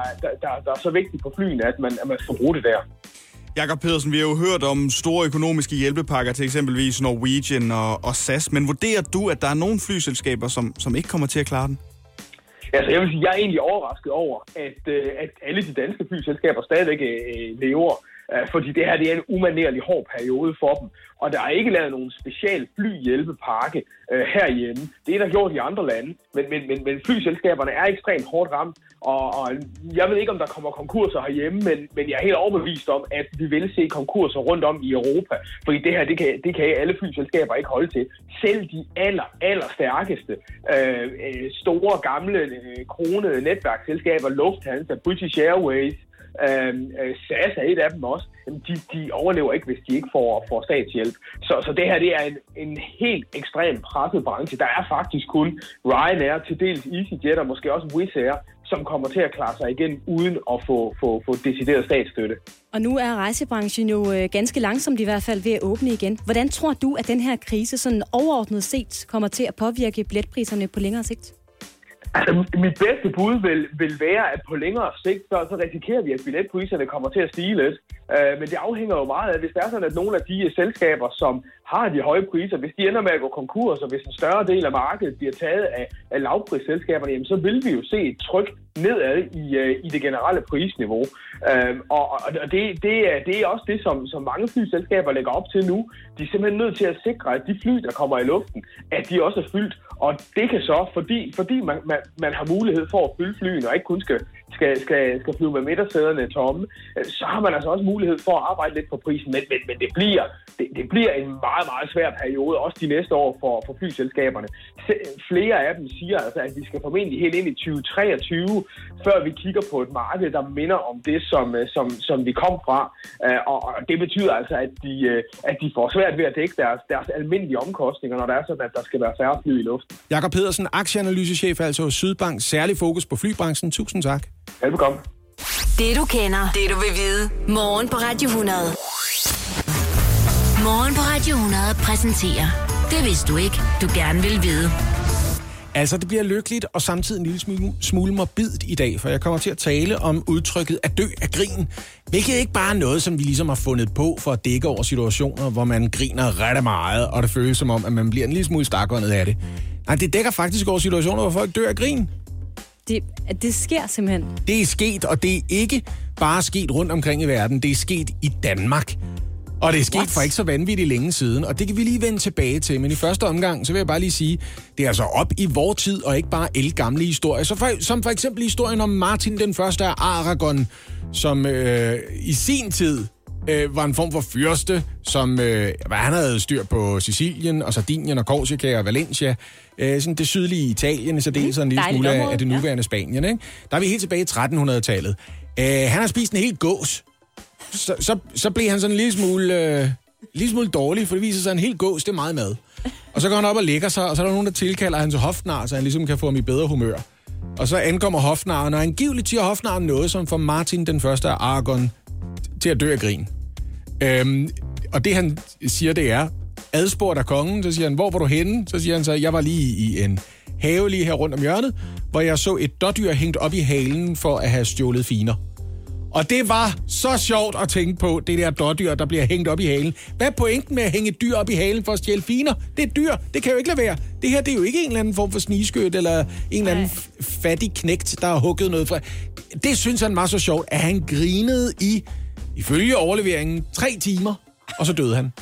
er så vigtigt på flyene, at man skal bruge det der. Jakob Pedersen, vi har jo hørt om store økonomiske hjælpepakker til eksempelvis Norwegian og SAS, men vurderer du, at der er nogle flyselskaber, som ikke kommer til at klare den? Altså, jeg vil sige, jeg er egentlig overrasket over, at alle de danske flyselskaber stadigvæk lever, fordi det her det er en umanerlig hård periode for dem. Og der er ikke lavet nogen special flyhjælpepakke herhjemme. Det er der gjort i andre lande, men flyselskaberne er ekstremt hårdt ramt. Og jeg ved ikke, om der kommer konkurser herhjemme, men jeg er helt overbevist om, at vi vil se konkurser rundt om i Europa. Fordi det her, det kan alle flyselskaber ikke holde til. Selv de aller stærkeste, store, gamle, kronede netværksselskaber, Lufthansa, British Airways, SAS er et af dem også. De overlever ikke, hvis de ikke får statshjælp. Så det her det er en helt ekstremt presset branche. Der er faktisk kun Ryanair, til dels EasyJet og måske også Wizz Air, som kommer til at klare sig igen uden at få decideret statsstøtte. Og nu er rejsebranchen jo ganske langsomt i hvert fald ved at åbne igen. Hvordan tror du, at den her krise sådan overordnet set kommer til at påvirke billetpriserne på længere sigt? Altså, mit bedste bud vil være, at på længere sigt, så risikerer vi, at billetpriserne kommer til at stige lidt. Men det afhænger jo meget af, hvis det er sådan, at nogle af de selskaber, som har de høje priser, hvis de ender med at gå konkurs, og hvis en større del af markedet bliver taget af lavprisselskaberne, jamen, så vil vi jo se et tryk nedad i det generelle prisniveau. Og det er også det, som mange flyselskaber lægger op til nu. De er simpelthen nødt til at sikre, at de fly, der kommer i luften, at de også er fyldt. Og det kan så, fordi man har mulighed for at fylde flyene, og ikke kun skal flyve med midtersæderne tomme, så har man altså også mulighed for at arbejde lidt på prisen. Men det bliver en meget, meget svær periode, også de næste år for flyselskaberne. Flere af dem siger altså, at vi skal formentlig helt ind i 2023, før vi kigger på et marked, der minder om det, som vi kom fra. Og det betyder altså, at de får svært ved at dække deres almindelige omkostninger, når det er sådan, at der skal være færre fly i luften. Jakob Pedersen, aktieanalysechef altså hos Sydbank. Særlig fokus på flybranchen. Tusind tak. Velbekomme. Det du kender, det du vil vide. Morgen på Radio 100. Morgen på Radio 100 præsenterer Det vidste du ikke, du gerne vil vide. Altså, det bliver lykkeligt og samtidig en lille smule morbidt i dag, for jeg kommer til at tale om udtrykket at dø af grin, hvilket ikke bare er noget, som vi ligesom har fundet på for at dække over situationer, hvor man griner ret meget, og det føles som om, at man bliver en lille smule stakåndet af det. Nej, det dækker faktisk over situationer, hvor folk dør af grin. Det sker simpelthen. Det er sket, og det er ikke bare sket rundt omkring i verden, det er sket i Danmark. Og det er sket for ikke så vanvittigt længe siden, og det kan vi lige vende tilbage til. Men i første omgang, så vil jeg bare lige sige, det er altså op i vor tid, og ikke bare ældgamle historier. Som for eksempel historien om Martin den første af Aragon, som i sin tid var en form for fyrste, som han havde styr på Sicilien og Sardinien og Korsika og Valencia. Sådan det sydlige Italien, så det er sådan en lille smule af det nuværende Spanien. Ikke? Der er vi helt tilbage i 1300-tallet. Han har spist en hel gås. Så blev han sådan en lille smule dårlig, for det viser sig, at en hel gås, det er meget mad. Og så går han op og lægger sig, og så er der nogen, der tilkalder han til hofnar, så han ligesom kan få ham i bedre humør. Og så ankommer hofnaren, og angiveligt siger hofnaren noget, som får Martin den første af Aragon til at dø af grin. Og det han siger, det er, adspurgt af kongen, så siger han, hvor var du henne? Så siger han så, jeg var lige i en have lige her rundt om hjørnet, hvor jeg så et dådyr hængt op i halen for at have stjålet finer. Og det var så sjovt at tænke på, det der dårdyr, der bliver hængt op i halen. Hvad er pointen med at hænge et dyr op i halen for at stjæle finer? Det er et dyr, det kan jo ikke lade være. Det her, det er jo ikke en eller anden form for snigskyt, eller en eller anden fattig knægt, der har hugget noget fra. Det synes han var så sjovt, at han grinede ifølge overleveringen 3 timer, og så døde han.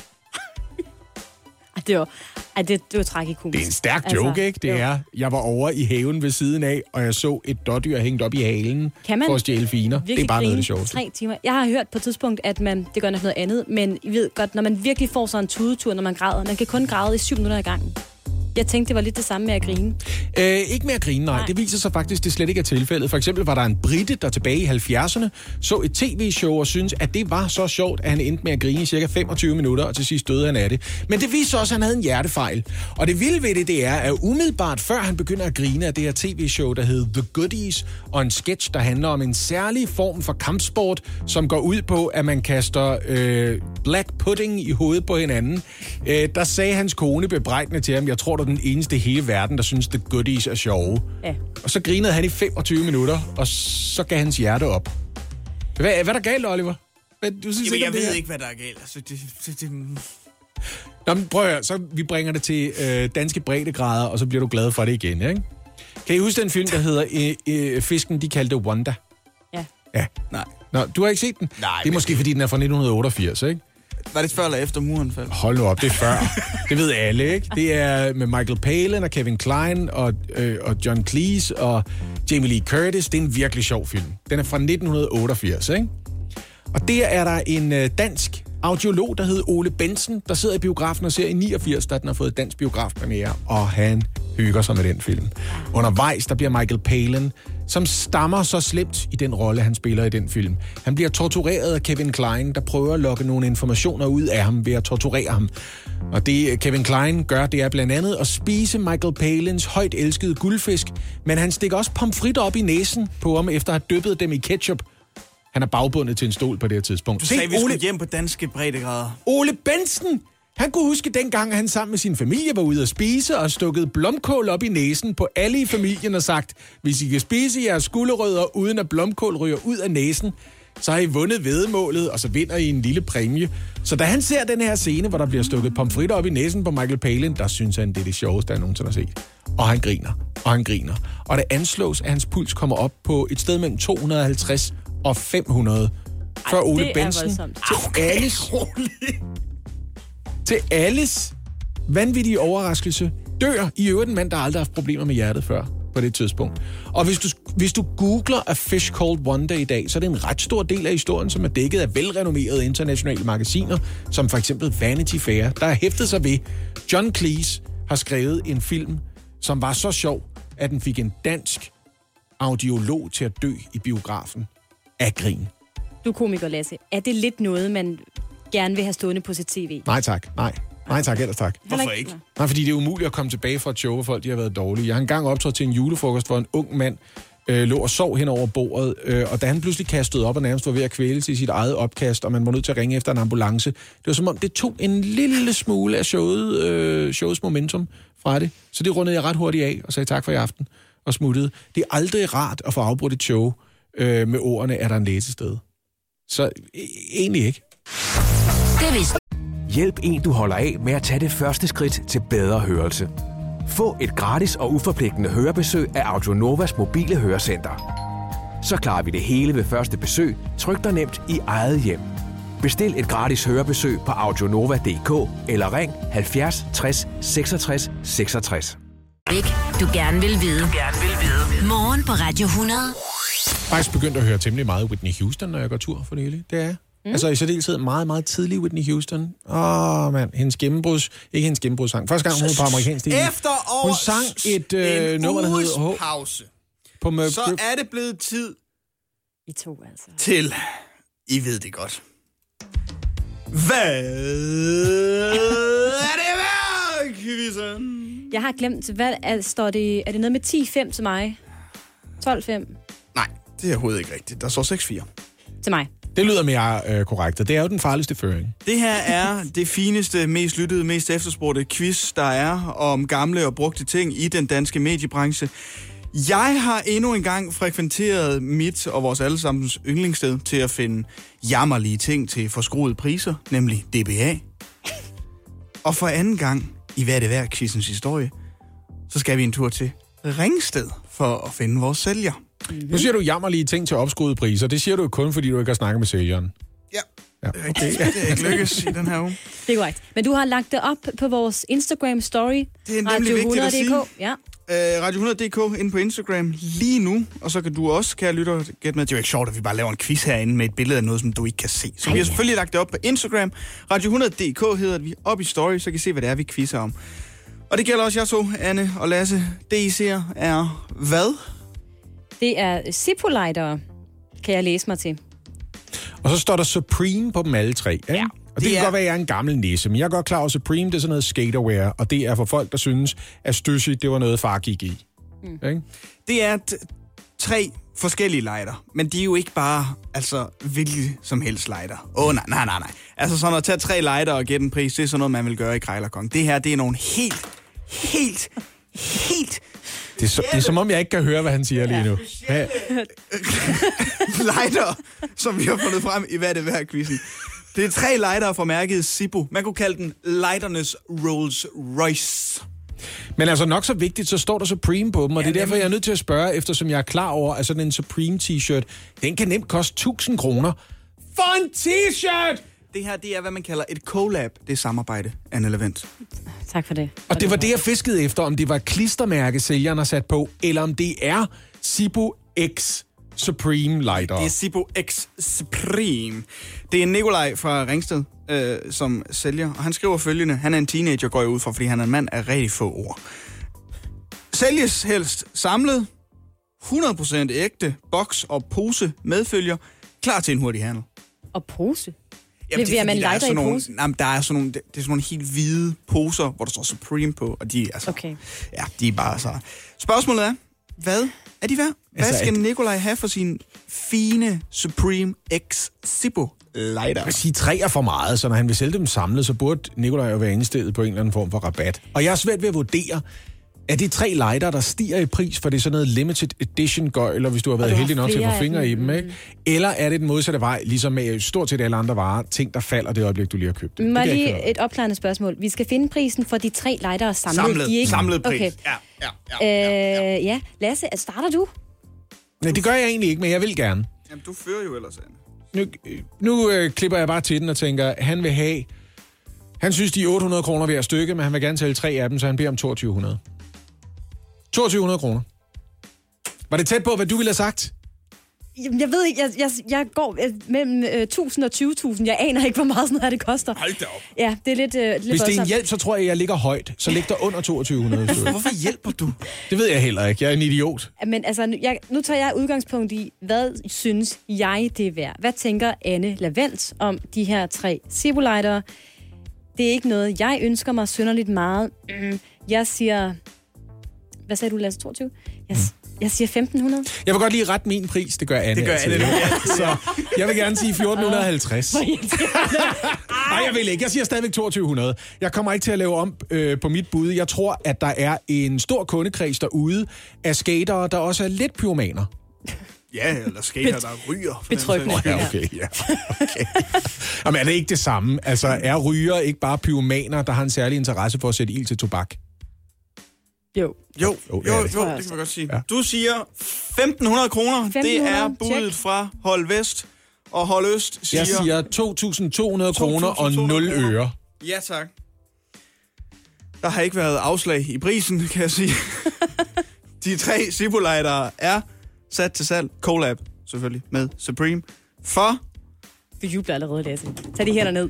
Det var tragikomisk. Det er en stærk joke, ikke? Det er, jeg var over i haven ved siden af, og jeg så et dårdyr hængt op i halen for at stjæle finer. Det er bare noget af det sjoveste. 3 timer. Jeg har hørt på et tidspunkt, at det gør noget andet, men I ved godt, når man virkelig får sådan en tudetur, når man græder, man kan kun græde i 7 minutter ad gangen. Jeg tænkte, det var lidt det samme med at grine. Ikke med at grine, nej. Det viser sig faktisk, det slet ikke er tilfældet. For eksempel var der en brite, der tilbage i 70'erne så et tv-show og syntes, at det var så sjovt, at han endte med at grine i cirka 25 minutter, og til sidst døde han af det. Men det viser også, at han havde en hjertefejl. Og det vilde ved det er, at umiddelbart før han begynder at grine af det her tv-show, der hed The Goodies, og en sketch, der handler om en særlig form for kampsport, som går ud på, at man kaster black pudding i hovedet på hinanden. Der sagde hans kone bebrejdende til ham, jeg tror, du er den eneste i hele verden, der synes, The Goodies er sjove. Ja. Og så grinede han i 25 minutter, og så gav hans hjerte op. Hvad er der galt, Oliver? Du synes, jeg ved ikke, hvad der er galt. Altså, Nå, men prøv at høre, så vi bringer det til danske breddegrader, og så bliver du glad for det igen, ikke? Kan I huske den film, der hedder Fisken, de kaldte Wanda? Ja. Nej. Nå, du har ikke set den? Nej. Det er måske, fordi den er fra 1988, ikke? Var det før eller efter muren faldt? Hold nu op, det er før. Det ved alle, ikke? Det er med Michael Palin og Kevin Kline og John Cleese og Jamie Lee Curtis. Det er en virkelig sjov film. Den er fra 1988, ikke? Og der er der en dansk audiolog, der hedder Ole Bentzen, der sidder i biografen og ser i 89, da den har fået dansk biografpremiere, og han hygger sig med den film. Undervejs, der bliver Michael Palin, som stammer så slemt i den rolle, han spiller i den film. Han bliver tortureret af Kevin Kline, der prøver at lokke nogle informationer ud af ham ved at torturere ham. Og det Kevin Kline gør, det er blandt andet at spise Michael Palins højt elskede guldfisk, men han stikker også pomfritter op i næsen på ham, efter at have dyppet dem i ketchup. Han er bagbundet til en stol på det her tidspunkt. Du sagde, vi skulle hjem på danske breddegrader. Ole Bentzen! Han kunne huske dengang, han sammen med sin familie var ude at spise og stukket blomkål op i næsen på alle i familien og sagt, hvis I kan spise jeres gulerødder uden at blomkål ryger ud af næsen, så har I vundet væddemålet, og så vinder I en lille præmie. Så da han ser den her scene, hvor der bliver stukket pomfritter op i næsen på Michael Palin, der synes han, det er det sjoveste, han nogensinde har set. Og han griner, og han griner. Og det anslås, at hans puls kommer op på et sted mellem 250 og 500. Før Ole Bentzen til alles vanvittige overraskelse dør. I øvrigt en mand, der aldrig har haft problemer med hjertet før på det tidspunkt. Og hvis du googler A Fish Called Wanda i dag, så er det en ret stor del af historien, som er dækket af velrenommerede internationale magasiner, som for eksempel Vanity Fair, der har hæftet sig ved. John Cleese har skrevet en film, som var så sjov, at den fik en dansk audiolog til at dø i biografen af grin. Du er komiker, Lasse. Er det lidt noget, man gerne vil have stående på sit tv? Nej tak, Nej tak, ellers tak. Hvorfor ikke? Nej, fordi det er umuligt at komme tilbage fra et show, hvor folk de har været dårlige. Jeg har engang optrådt til en julefrokost, hvor en ung mand lå og sov hen over bordet, og da han pludselig kastede op og nærmest var ved at kvæles i sit eget opkast, og man var nødt til at ringe efter en ambulance, det var som om, det tog en lille smule af showets momentum fra det. Så det rundede jeg ret hurtigt af og sagde tak for i aften og smuttede. Det er aldrig rart at få afbrudt et show med ordene, er der en læge til stede. Så egentlig ikke. Det vidste. Hjælp en, du holder af med at tage det første skridt til bedre hørelse. Få et gratis og uforpligtende hørebesøg af Audionovas mobile hørecenter. Så klarer vi det hele ved første besøg, tryk dig nemt i eget hjem. Bestil et gratis hørebesøg på audionova.dk eller ring 70 60 66 66. Du gerne vil vide. Morgen på Radio 100. Jeg er faktisk begyndt at høre temmelig meget Whitney Houston, når jeg går tur for det hele. Det er jeg. Altså i særdeleshed meget, meget tidlig Whitney Houston. Hendes gennembrudssang. Første gang hun var på amerikansk TV. Efter hun sang et nummer, der hedder pause. På så er det blevet tid I to, altså. Til, I ved det godt. Hvad er det værd, quizzen? Jeg har glemt, står det? Er det noget med 10-5 til mig? 12-5? Nej, det er overhovedet ikke rigtigt. Der står 6-4. Til mig. Det lyder mere korrekt, og det er jo den farligste føring. Det her er det fineste, mest lyttede, mest efterspurgte quiz, der er om gamle og brugte ting i den danske mediebranche. Jeg har endnu en gang frekventeret mit og vores allesammens yndlingssted til at finde jammerlige ting til forskruede priser, nemlig DBA. Og for anden gang i Hvad er det værd quizens historie, så skal vi en tur til Ringsted for at finde vores sælger. Mm-hmm. Nu siger du jammerlige ting til opskruede priser. Det siger du kun, fordi du ikke har snakket med sælgeren. Ja. Det er ikke lykkes i den her uge. Det er korrekt. Men du har lagt det op på vores Instagram-story. Det er nemlig vigtigt at sige. Ja. Radio 100.dk inde på Instagram lige nu. Og så kan du også, kære lytter, gætte med. Det er jo ikke sjovt, at vi bare laver en quiz herinde med et billede af noget, som du ikke kan se. Så vi har selvfølgelig lagt det op på Instagram. Radio 100.dk hedder vi op i story, så kan I se, hvad det er, vi quizzer om. Og det gælder også jer to, Anne og Lasse. Det, I ser, er hvad? Det er Zippo-lightere, kan jeg læse mig til. Og så står der Supreme på dem alle tre. Ikke? Ja. Og det kan godt være, at jeg er en gammel nisse, men jeg er godt klar over, at Supreme, det er sådan noget skaterwear, og det er for folk, der synes, at Støssi, det var noget, far gik i. Ikke? Det er 3 forskellige lighter, men de er jo ikke bare, altså, hvilket som helst lighter. Nej. Altså sådan at tage 3 lighter og gætte en pris, det er sådan noget, man vil gøre i Krejlerkongen. Det her, det er nogle helt... Det er som om, jeg ikke kan høre, hvad han siger lige nu. Lighter, som vi har fundet frem i Hvad er det værd quizzen. Det er 3 lighter fra mærket Zippo. Man kunne kalde den lighternes Rolls Royce. Men altså nok så vigtigt, så står der Supreme på dem, og det er derfor, jeg er nødt til at spørge, eftersom jeg er klar over, at sådan en Supreme t-shirt, den kan nemt koste 1.000 kroner. For en t-shirt! Det her, det er, hvad man kalder et collab. Det er samarbejde, Anne Levent. Tak for det. Og det var det, jeg fiskede efter, om det var et klistermærke, sælgeren har sat på, eller om det er Zippo X Supreme lighter. Det er Zippo X Supreme. Det er Nikolaj fra Ringsted, som sælger, og han skriver følgende. Han er en teenager, går jeg ud fra, fordi han er en mand af rigtig få ord. Sælges helst samlet, 100% ægte, boks og pose medfølger, klar til en hurtig handel. Og pose? Jamen, leverer man lighter i pose? Der er sådan nogle, det er sådan nogle helt hvide poser, hvor der står Supreme på, og de er altså... Okay. Ja, de er bare så... Spørgsmålet er, hvad er de værd? Hvad skal Nikolaj have for sin fine Supreme X Zippo lighter? Jeg vil sige, 3 er for meget, så når han vil sælge dem samlet, så burde Nikolaj jo være indstillet på en eller anden form for rabat. Og jeg er svært ved at vurdere, er det 3 lighter, der stiger i pris, for det er sådan noget limited edition gøjler, hvis du har været heldig nok til at få fingre i dem, ikke? Eller er det den modsatte vej, ligesom med stort set alle andre varer, ting, der falder det øjeblik, du lige har købt det? Må lige et opklarende spørgsmål. Vi skal finde prisen for de 3 lighter samlet. Samlet pris. Okay. Ja. Lasse, starter du? Nej, det gør jeg egentlig ikke, men jeg vil gerne. Jamen, du fører jo ellers, Anne. Nu klipper jeg bare til den og tænker, han vil have Han synes, de er 800 kroner hver stykke, men han vil gerne sælge 3 af dem, så han beder om 2200. 2200 kroner. Var det tæt på, hvad du ville have sagt? Jeg ved ikke, jeg går mellem 1000 og 20.000. Jeg aner ikke, hvor meget sådan her det koster. Hold da op. Ja, det er lidt Hvis det er en hjælp, så tror jeg ligger højt. Så ligger der under 2200. Hvorfor hjælper du? Det ved jeg heller ikke. Jeg er en idiot. Men altså, nu tager jeg udgangspunkt i, hvad synes jeg, det er værd? Hvad tænker Anne Lavendt om de her 3 Zippo-lightere? Det er ikke noget, jeg ønsker mig synderligt meget. Jeg siger... Hvad sagde du, Lasse? 22? Jeg siger 1500. Jeg vil godt lige rette min pris. Det gør Anne. Det gør Anne. Så jeg vil gerne sige 1450. Nej, jeg vil ikke. Jeg siger stadigvæk 2200. Jeg kommer ikke til at lave om på mit bud. Jeg tror, at der er en stor kundekreds derude af skatere, der også er lidt pyromaner. Ja, eller skater, der ryger. Betryggende. Ja, okay. Jamen, er det ikke det samme? Altså, er ryger ikke bare pyromaner, der har en særlig interesse for at sætte ild til tobak? Jo, det kan man godt sige. Ja. Du siger 1.500 kroner. Det er budet fra Hold Vest. Og Hold Øst siger... Jeg siger 2.200 kroner og 0 øre. Ja, tak. Der har ikke været afslag i prisen, kan jeg sige. De 3 Zippo-lightere er sat til salg. Collab, selvfølgelig, med Supreme. For... Du jubler allerede, Lasse. Tag de her derned.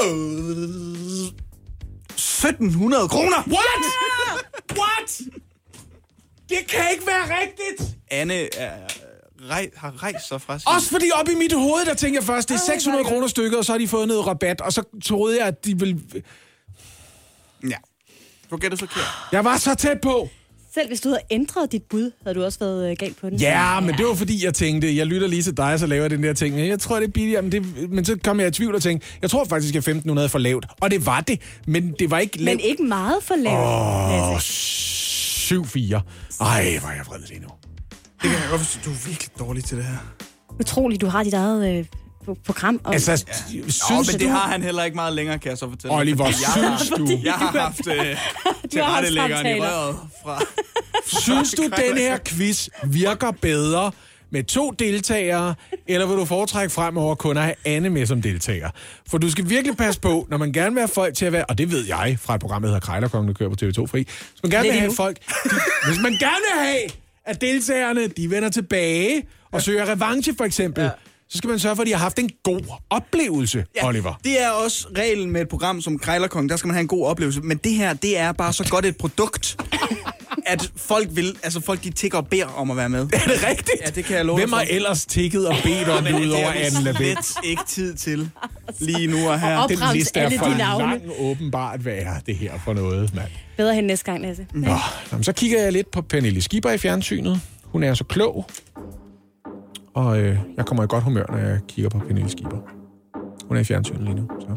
1.700 kroner! What? Det kan ikke være rigtigt! Anne har rejst sig fra sin... Også fordi op i mit hoved, der tænker jeg først, det er 600 kroner stykket, og så har de fået noget rabat, og så troede jeg, at de ville... Ja, du gætter forkert. Jeg var så tæt på! Selv hvis du havde ændret dit bud, havde du også været galt på den. Ja, men det var fordi, jeg tænkte, jeg lytter lige til dig, så laver jeg den der ting. Jeg tror, det er billigere, men så kom jeg i tvivl og tænkte, jeg tror faktisk, at 1.500 for lavt. Og det var det, men det var ikke lavt. Men ikke meget for lavt. 7-4. Ej, hvor er jeg vred lige nu. Det kan jeg godt forstå. Du er virkelig dårlig til det her. Utroligt, du har dit eget program. Og... Altså, synes men det har han heller ikke meget længere, kan jeg så fortælle. Oliver, synes du? Jeg har haft tilrettelæggeren i røret fra... Synes du, den her quiz virker bedre med 2 deltagere, eller vil du foretrække fremover kun at have Anne med som deltager? For du skal virkelig passe på, når man gerne vil have folk til at være, og det ved jeg fra et program, der hedder Krejlerkongen, der kører på TV2 Fri. Hvis man gerne vil have folk, hvis man gerne vil have, at deltagerne, de vender tilbage og søger revanche for eksempel, så skal man sørge for, at de har haft en god oplevelse, Oliver. Det er også reglen med et program som Krejlerkongen. Der skal man have en god oplevelse. Men det her, det er bare så godt et produkt, at folk de tigger og beder om at være med. Er det rigtigt? Ja, det kan jeg love. Hvem har ellers tigget og bedt om det udover Anne Lavendt? Ikke tid til lige nu og her. Den liste er for lang åbenbart, hvad er det her for noget, mand? Bedre hen næste gang, Lasse. Så kigger jeg lidt på Pernille Skipper i fjernsynet. Hun er så klog. Og jeg kommer i godt humør, når jeg kigger på Pernille Skipper. Hun er i fjernsynet lige nu. Så.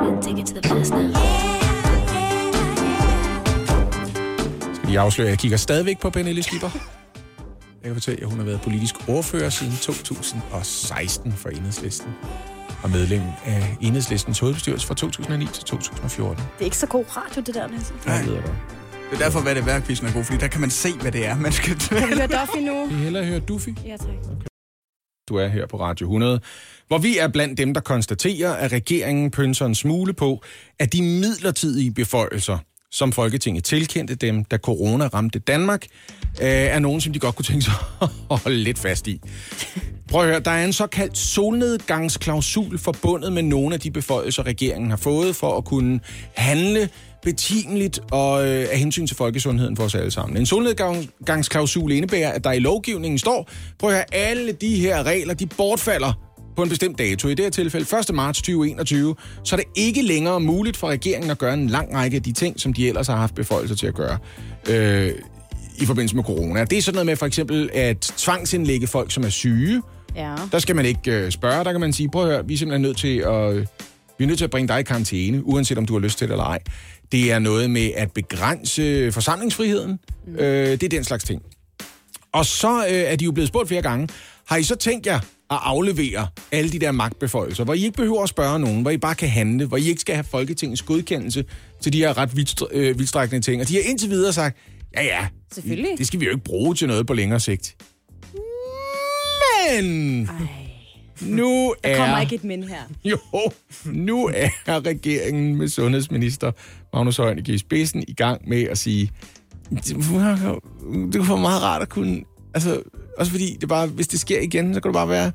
Skal lige afsløre, at jeg kigger stadigvæk på Pernille Skipper. Jeg kan fortælle, at hun har været politisk ordfører siden 2016 for Enhedslisten. Og medlem af Enhedslistens hovedbestyrelse fra 2009 til 2014. Det er ikke så god radio, det der, Lasse. Nej, det ved jeg godt. Det er derfor, hvad det er, quizzen er god, fordi der kan man se, hvad det er, man skal... Kan vi høre Duffy nu? Vi hellere høre Duffy. Ja, tak. Okay. Du er her på Radio 100, hvor vi er blandt dem, der konstaterer, at regeringen pønser en smule på, at de midlertidige beføjelser, som Folketinget tilkendte dem, da corona ramte Danmark, er nogen, som de godt kunne tænke sig at holde lidt fast i. Prøv at høre, der er en såkaldt solnedgangsklausul forbundet med nogle af de beføjelser, regeringen har fået for at kunne handle betimeligt og af hensyn til folkesundheden for os alle sammen. En solnedgangsklausul indebærer, at der i lovgivningen står, prøv at høre, alle de her regler, de bortfalder på en bestemt dato. I det her tilfælde 1. marts 2021, så er det ikke længere muligt for regeringen at gøre en lang række af de ting, som de ellers har haft beføjelser til at gøre i forbindelse med corona. Det er sådan noget med for eksempel at tvangsindlægge folk, som er syge. Ja. Der skal man ikke spørge, der kan man sige, prøv at høre, vi er simpelthen nødt til at bringe dig i karantæne, uanset om du har lyst til det eller ej. Det er noget med at begrænse forsamlingsfriheden. Det er den slags ting. Og så er de jo blevet spurgt flere gange, har I så tænkt jer at aflevere alle de der magtbeføjelser, hvor I ikke behøver at spørge nogen, hvor I bare kan handle, hvor I ikke skal have Folketingets godkendelse til de her ret vidtstrækkende ting. Og de har indtil videre sagt, ja, det skal vi jo ikke bruge til noget på længere sigt. Men Der kommer ikke et men her. Jo, nu er regeringen med sundhedsminister Magnus Heunicke i spidsen i gang med at sige, det kunne være meget rart at kunne, altså også fordi det bare, hvis det sker igen, så kan det bare være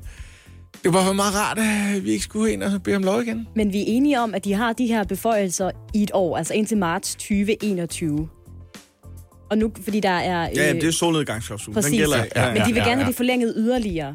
meget rart, at vi ikke skulle ind og bede om lov igen. Men vi er enige om, at de har de her beføjelser i et år, altså indtil marts 2021. Og nu, fordi der er... Ja, det er solnedgangsklausul. Præcis, gælder, men de vil gerne have det forlænget yderligere.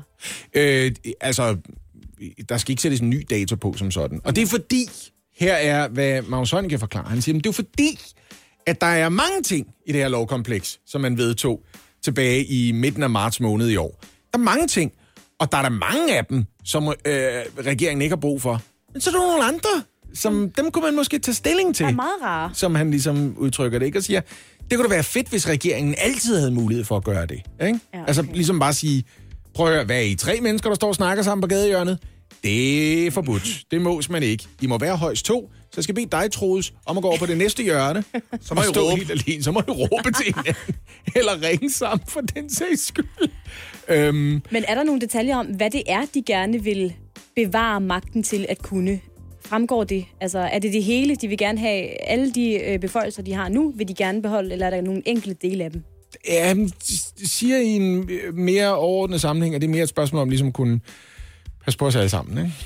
Altså, der skal ikke sættes en ny dato på som sådan. Og det er fordi, her er, hvad Magnus Heunicke forklarer. Han siger, det er fordi, at der er mange ting i det her lovkompleks, som man vedtog tilbage i midten af marts måned i år. Der er mange ting, og der er der mange af dem, som regeringen ikke har brug for. Men så er der nogle andre, som dem kunne man måske tage stilling til. Det er meget rare. Som han ligesom udtrykker det, ikke? Og siger, det kunne da være fedt, hvis regeringen altid havde mulighed for at gøre det. Ikke? Ja, okay. Altså ligesom bare sige, prøv at høre, hvad er I 3 mennesker, der står og snakker sammen på gadehjørnet? Det er forbudt. Det mås man ikke. I må være højst 2, så jeg skal bede dig, Troels, om at gå over på det næste hjørne. Så må I råbe helt alene. Så må I råbe til hinanden. Eller ringe sammen for den sags skyld. Men er der nogle detaljer om, hvad det er, de gerne vil bevare magten til at kunne? Fremgår det? Altså, er det hele, de vil gerne have? Alle de beføjelser, de har nu, vil de gerne beholde, eller er der nogle enkelte dele af dem? Ja, de siger i en mere overordnet sammenhæng, at det er mere et spørgsmål om ligesom kunne passe på os alle sammen, ikke?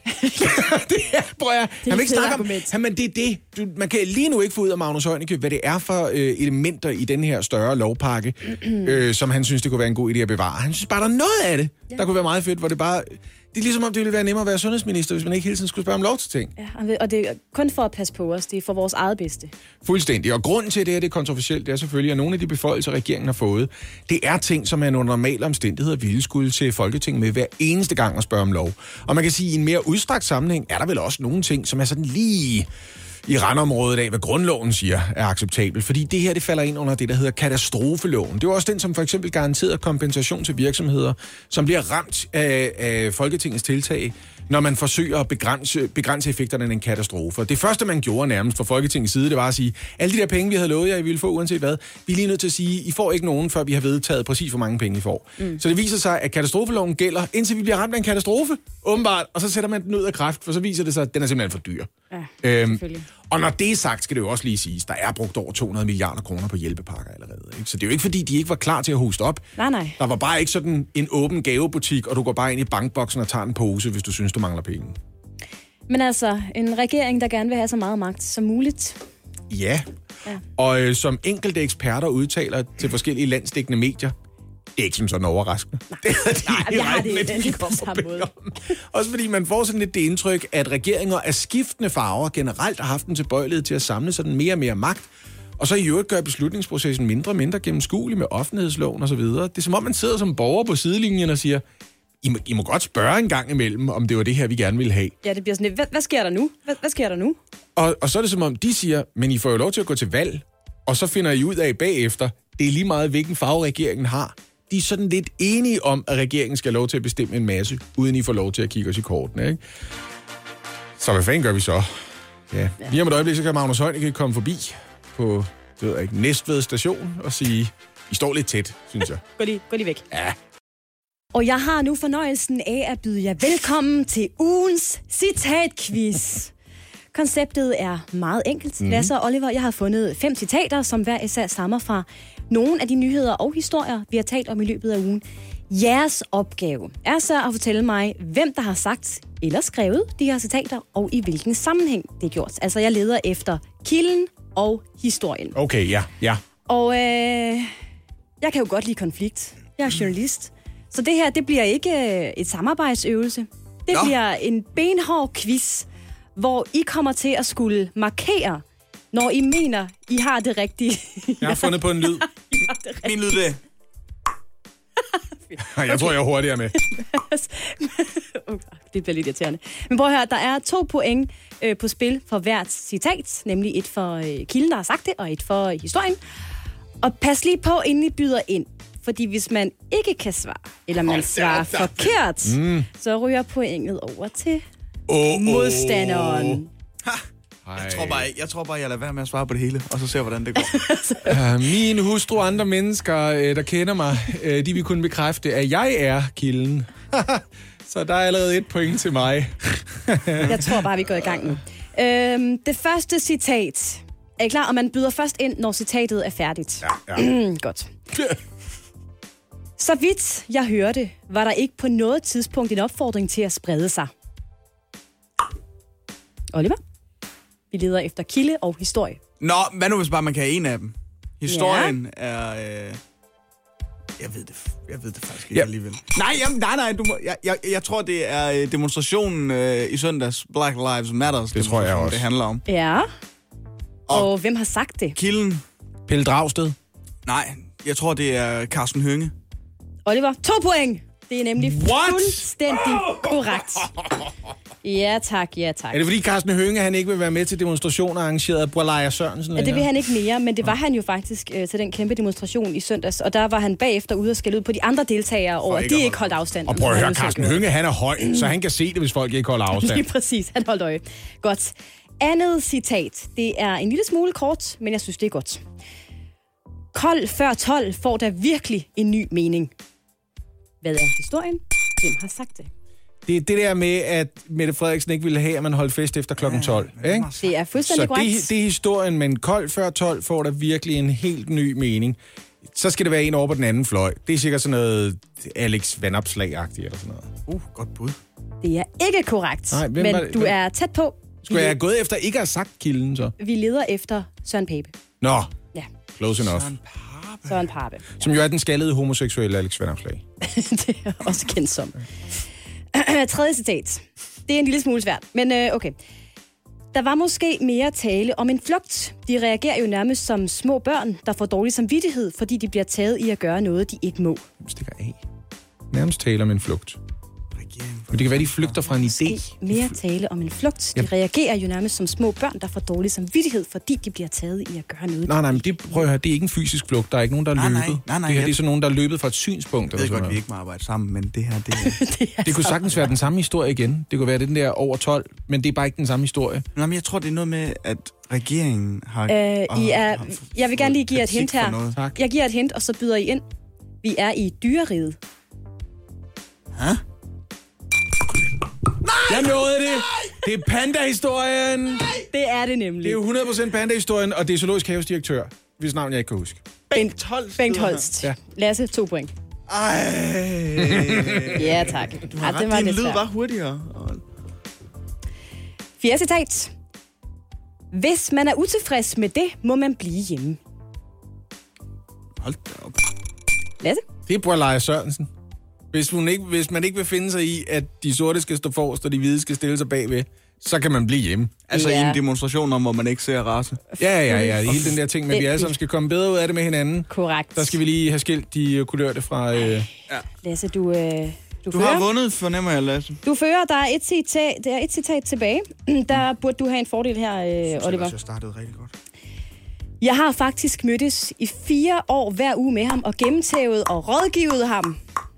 Det er, prøv at han vil ikke snakke om, men det er det. Man kan lige nu ikke få ud af Magnus Heunicke, hvad det er for elementer i den her større lovpakke, som han synes, det kunne være en god idé at bevare. Han synes bare, der er noget af det, der kunne være meget fedt, hvor det bare... Det er ligesom om, det ville være nemmere at være sundhedsminister, hvis man ikke hele tiden skulle spørge om lov til ting. Ja, og det er kun for at passe på os. Det er for vores eget bedste. Fuldstændig. Og grunden til, at det er kontroversielt, det er selvfølgelig, at nogle af de beføjelser, regeringen har fået, det er ting, som er under normale omstændigheder ville skulle til Folketinget med hver eneste gang at spørge om lov. Og man kan sige, at i en mere udstrakt sammenhæng er der vel også nogle ting, som er sådan lige i randområdet af, hvad grundloven siger er acceptabelt. Fordi det her, det falder ind under det, der hedder katastrofeloven. Det er også den, som for eksempel garanterer kompensation til virksomheder, som bliver ramt af Folketingets tiltag, når man forsøger at begrænse effekterne af en katastrofe. Det første, man gjorde nærmest fra Folketingets side, det var at sige, alle de der penge, vi havde lovet jer, I ville få uanset hvad, vi er lige nødt til at sige, I får ikke nogen, før vi har vedtaget præcis, hvor mange penge I får. Så det viser sig, at katastrofeloven gælder, indtil vi bliver ramt af en katastrofe, åbenbart, og så sætter man den ud af kraft, for så viser det sig, at den er simpelthen for dyr. Ja, og når det er sagt, skal det jo også lige siges, der er brugt over 200 milliarder kroner på hjælpepakker allerede. Ikke? Så det er jo ikke, fordi de ikke var klar til at hoste op. Nej. Der var bare ikke sådan en åben gavebutik, og du går bare ind i bankboksen og tager en pose, hvis du synes, du mangler penge. Men altså, en regering, der gerne vil have så meget magt som muligt. Ja. Og som enkelte eksperter udtaler til forskellige landsdækkende medier, det er ikke som sådan overraskende. Nej, jeg har det lidt på samme måde. Også fordi man får sådan lidt det indtryk, at regeringer af skiftende farver generelt har haft en tilbøjelighed til at samle sådan mere og mere magt, og så i øvrigt gøre beslutningsprocessen mindre og mindre gennemskuelig med offentlighedsloven osv. Det er som om, man sidder som borger på sidelinjen og siger, I må godt spørge en gang imellem, om det var det her, vi gerne ville have. Ja, det bliver sådan lidt, hvad sker der nu? Hvad sker der nu? Og så er det som om, de siger, men I får jo lov til at gå til valg, og så finder I ud af bagefter, det er lige meget, hvilken farve regeringen har. De er sådan lidt enige om, at regeringen skal have lov til at bestemme en masse, uden I får lov til at kigge os i kortene, ikke? Så hvad fanden gør vi så? Ja. Lige om et øjeblik, så kan Magnus Heunicke komme forbi på Næstved station og sige, I står lidt tæt, synes jeg. Gå lige væk. Ja. Og jeg har nu fornøjelsen af at byde jer velkommen til ugens citatquiz. Konceptet er meget enkelt. Lasse og Oliver, jeg har fundet 5 citater, som hver især stammer fra nogle af de nyheder og historier, vi har talt om i løbet af ugen. Jeres opgave er så at fortælle mig, hvem der har sagt eller skrevet de her citater, og i hvilken sammenhæng det er gjort. Altså, jeg leder efter kilden og historien. Okay, ja. Og jeg kan jo godt lide konflikt. Jeg er journalist. Så det her, det bliver ikke et samarbejdsøvelse. Det bliver en benhård quiz, hvor I kommer til at skulle markere, når I mener, I har det rigtige. Jeg har fundet på en lyd. Min lyd det. Jeg tror, jeg er hurtigere med. Det bliver lidt irriterende. Men prøv at høre, der er 2 point på spil for hvert citat. Nemlig et for kilden, der har sagt det, og et for historien. Og pas lige på, inden I byder ind. Fordi hvis man ikke kan svare, eller man svarer forkert, så ryger pointet over til modstanderen. Jeg tror bare, jeg lader være med at svare på det hele, og så ser hvordan det går. Min hustru og andre mennesker, der kender mig, de vil kunne bekræfte, at jeg er kilden. Så der er allerede 1 point til mig. Jeg tror bare, vi går i gang nu. Det første citat. Er I klar? Og man byder først ind, når citatet er færdigt. Ja. Godt. Så vidt jeg hørte, var der ikke på noget tidspunkt en opfordring til at sprede sig. Oliver? Vi leder efter kilde og historie. Nå, hvad nu hvis bare man kan have en af dem? Historien er... Jeg ved det faktisk ikke alligevel. Nej, du må, jeg tror, det er demonstrationen i søndags. Black Lives Matter. Det tror jeg også. Det handler om. Ja. Og hvem har sagt det? Kilden. Pelle Dragsted. Nej, jeg tror, det er Carsten Hønge. Oliver, 2 point. Det er nemlig fuldstændig korrekt. Ja tak. Er det fordi Carsten Hønge, han ikke vil være med til demonstrationer arrangeret af Brolaya Sørensen? Ja, det vil han ikke mere, men det var han jo faktisk til den kæmpe demonstration i søndags. Og der var han bagefter ude og skælde ud på de andre deltagere over, at de ikke holdt afstand. Og prøv at høre, Carsten Hønge, han er høj, så han kan se det, hvis folk ikke holder afstand. Lige præcis, han holdt øje. Godt. Andet citat. Det er en lille smule kort, men jeg synes, det er godt. Kold før 12 får der virkelig en ny mening. Hvad er historien? Hvem har sagt det? Det er det der med, at Mette Frederiksen ikke ville have, at man holdt fest efter klokken 12. Ikke? Det er fuldstændig korrekt. Så det er historien, men kold før 12 får der virkelig en helt ny mening. Så skal det være en over på den anden fløj. Det er sikkert sådan noget Alex Vanopslagh-agtigt eller sådan noget. Godt bud. Det er ikke korrekt, nej, men du er tæt på. Skulle jeg have gået efter ikke at have sagt kilden, så? Vi leder efter Søren Pape. Nå, ja. Close enough. Søren Pape. Som jo er den skaldede homoseksuelle Alex Vanopslagh. Det er også kendt som. Tredje citat. Det er en lille smule svært, men okay. Der var måske mere tale om en flugt. De reagerer jo nærmest som små børn, der får dårlig samvittighed, fordi de bliver taget i at gøre noget, de ikke må. Stikker af. Nærmest tale om en flugt. Men det kan være, de flygter fra en idé. Mere tale om en flugt. De reagerer jo nærmest som små børn, der får dårlig samvittighed, fordi de bliver taget i at gøre noget. Nej, men prøv at høre, det er ikke en fysisk flugt. Der er ikke nogen, der er løbet. Nej, det her det er sådan nogen, der er løbet fra et synspunkt. Jeg ved godt, vi ikke må arbejde sammen, men det her, det kunne sagtens være den samme historie igen. Det kunne være den der over 12, men det er bare ikke den samme historie. Nej, men jeg tror, det er noget med, at regeringen har... jeg vil gerne lige give et hint her. Jeg giver et hint, og så byder I ind. Vi er i dyreriget. Hæ? Jeg nåede det! Det er Panda-historien! Det er det nemlig. Det er jo 100% Panda-historien, og det er Zoologisk Haves direktør, hvis navn jeg ikke kan huske. Bengt Holst. Ja. Lasse, 2 point. Ja, tak. Du har ret, din lyd var hurtigere. 4. citat. Hvis man er utilfreds med det, må man blive hjemme. Hold da op. Lasse? Det er Brolaya Sørensen. Hvis man ikke vil finde sig i, at de sorte skal stå forrest, og de hvide skal stille sig bagved, så kan man blive hjemme. Altså i en demonstration om, hvor man ikke ser race. Ja. Hele den der ting, men vi alle sammen skal komme bedre ud af det med hinanden. Korrekt. Der skal vi lige have skilt de kulørte fra... Lasse, du har vundet, fornemmer jeg, Lasse. Du fører, der er et citat tilbage. Der burde du have en fordel her, Oliver. Jeg startede rigtig godt. Jeg har faktisk mødtes i 4 år hver uge med ham og gennemtævet og rådgivet ham.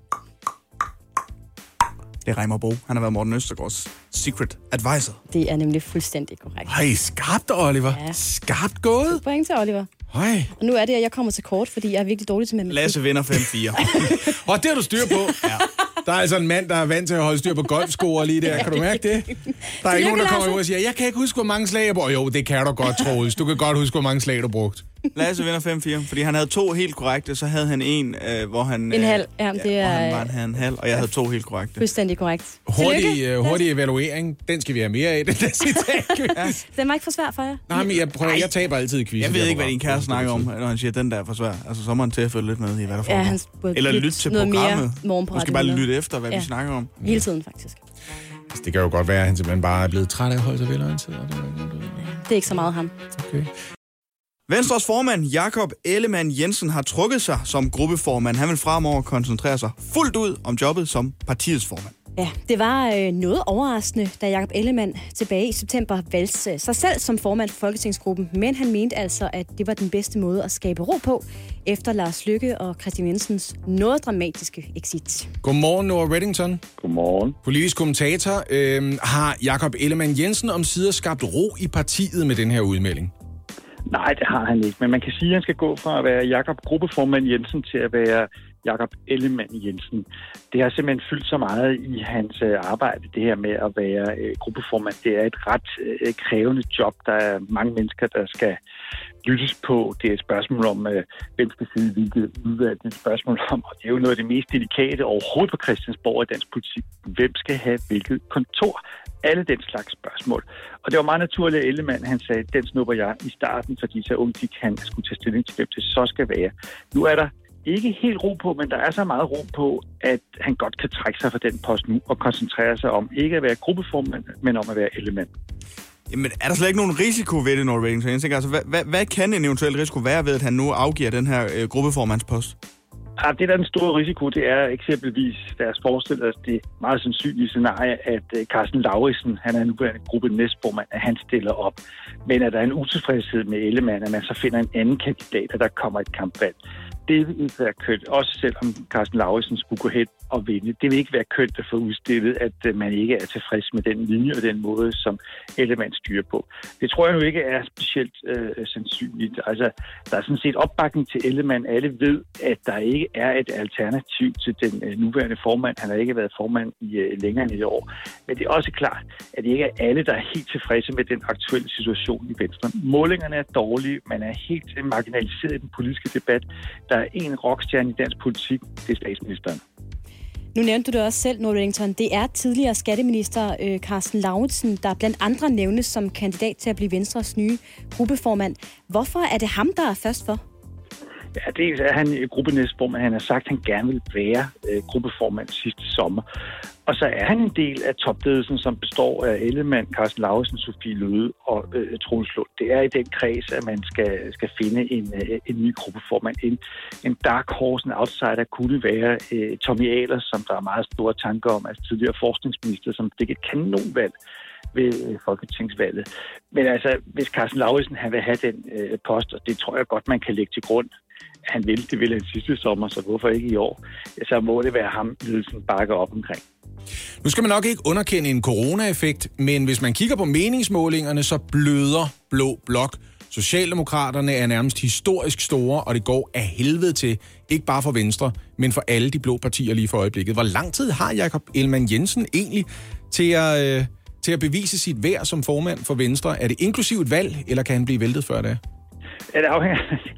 Det er Reimer Bo. Han har været Morten Østergaards secret advisor. Det er nemlig fuldstændig korrekt. Hej, skarpt, Oliver. Ja. Skarpt gået. Point til Oliver. Hej. Og nu er det, at jeg kommer til kort, fordi jeg er virkelig dårlig til matematik. Lasse vinder 5-4. Og det har du styr på. Ja. Der er altså en mand, der er vant til at holde styr på golfskoer lige der. Kan du mærke det? Der er ikke nogen, der kommer ud og siger, jeg kan ikke huske, hvor mange slag jeg brugte. Jo, det kan du godt, Troels. Du kan godt huske, hvor mange slag du brugte. Lasse vinder 5-4, fordi han havde 2 helt korrekte, så havde han en, hvor han... En halv. Ja, det er... Hvor han havde en halv, og jeg havde 2 helt korrekte. Fuldstændig korrekt. Hurtig evaluering, den skal vi have mere af, den der citat. Den var ikke for svær for jer? Nej, men jeg taber altid i quizzen. Jeg ved ikke, hvad din kæreste snakker om, når han siger, den der er for svær. Altså, så må han til at følge lidt med i, hvad der foregår. Eller lytte til programmet. Du skal bare lytte efter, hvad vi snakker om. Hele tiden, faktisk. Altså, det kan jo godt være, at han simpelthen bare er blevet træt af at holde sig velorienteret. Det er ikke så meget ham. Okay. Venstres formand, Jakob Ellemann-Jensen, har trukket sig som gruppeformand. Han vil fremover koncentrere sig fuldt ud om jobbet som partiets formand. Ja, det var noget overraskende, da Jakob Ellemann tilbage i september valgte sig selv som formand for Folketingsgruppen, men han mente altså, at det var den bedste måde at skabe ro på, efter Lars Løkke og Christian Jensens noget dramatiske exit. Godmorgen, Nora Reddington. Godmorgen. Politisk kommentator. Har Jakob Ellemann-Jensen omsider skabt ro i partiet med den her udmelding? Nej, det har han ikke, men man kan sige, at han skal gå fra at være Jakob Gruppeformand Jensen til at være Jakob Ellemann-Jensen. Det har simpelthen fyldt så meget i hans arbejde, det her med at være gruppeformand. Det er et ret krævende job. Der er mange mennesker, der skal lyttes på. Det er et spørgsmål om, hvem skal sidde i hvilket udvalg. Det er et spørgsmål om, og det er jo noget af det mest delikate overhovedet på Christiansborg i dansk politik. Hvem skal have hvilket kontor? Alle den slags spørgsmål. Og det var meget naturligt, at Ellemann, han sagde, den snupper jeg i starten, fordi så ungdik han skulle tage stilling til, hvem det så skal være. Nu er der ikke helt ro på, men der er så meget ro på, at han godt kan trække sig fra den post nu og koncentrere sig om ikke at være gruppeformand, men om at være Ellemann. Jamen, er der slet ikke nogen risiko ved det, Nora Reddington? Jeg tænker, altså, hvad kan en eventuel risiko være ved, at han nu afgiver den her gruppeformandspost? Ja, det der er den store risiko, det er eksempelvis, lad os forestille os det meget sandsynlige scenarie, at Carsten Lauritsen, han er nuværende gruppe næstformand, at han stiller op. Men at der er en utilfredshed med Ellemann, at man så finder en anden kandidat, og der kommer et kampvalg. Det vil ikke være kønt, også selvom Carsten Lauritsen skulle gå hen og vinde. Det vil ikke være kønt at få udstillet, at man ikke er tilfreds med den linje og den måde, som Ellemann styrer på. Det tror jeg nu ikke er specielt sandsynligt. Altså, der er sådan set opbakning til Ellemann. Alle ved, at der ikke er et alternativ til den nuværende formand. Han har ikke været formand i længere end et år. Men det er også klart, at det ikke er alle, der er helt tilfredse med den aktuelle situation i Venstre. Målingerne er dårlige. Man er helt marginaliseret i den politiske debat. Der er en rockstjerne i dansk politik, det er statsministeren. Nu nævnte du det også selv, Nora Reddington. Det er tidligere skatteminister Carsten Lauritsen, der blandt andre nævnes som kandidat til at blive Venstres nye gruppeformand. Hvorfor er det ham, der er først for? Ja, dels er han gruppenæstformand. Han har sagt, at han gerne vil være gruppeformand sidste sommer. Og så er han en del af topledelsen, som består af Ellemann, Carsten Lauritsen, Sofie Løhde og Troels Lund. Det er i den kreds, at man skal finde en ny gruppeformand. En dark horse, en outsider kunne være Tommy Ahlers, som der er meget store tanker om, altså tidligere forskningsminister, som fik et kanonvalg ved folketingsvalget. Men altså, hvis Carsten Lauritsen han vil have den post, og det tror jeg godt, man kan lægge til grund, han ville, det ville han sidste sommer, så hvorfor ikke i år? Så må det være ham, ledelsen bakker op omkring. Nu skal man nok ikke underkende en corona-effekt, men hvis man kigger på meningsmålingerne, så bløder Blå Blok. Socialdemokraterne er nærmest historisk store, og det går af helvede til, ikke bare for Venstre, men for alle de blå partier lige for øjeblikket. Hvor lang tid har Jakob Ellemann-Jensen egentlig til at bevise sit værd som formand for Venstre? Er det inklusiv et valg, eller kan han blive væltet før det? Ja, det afhænger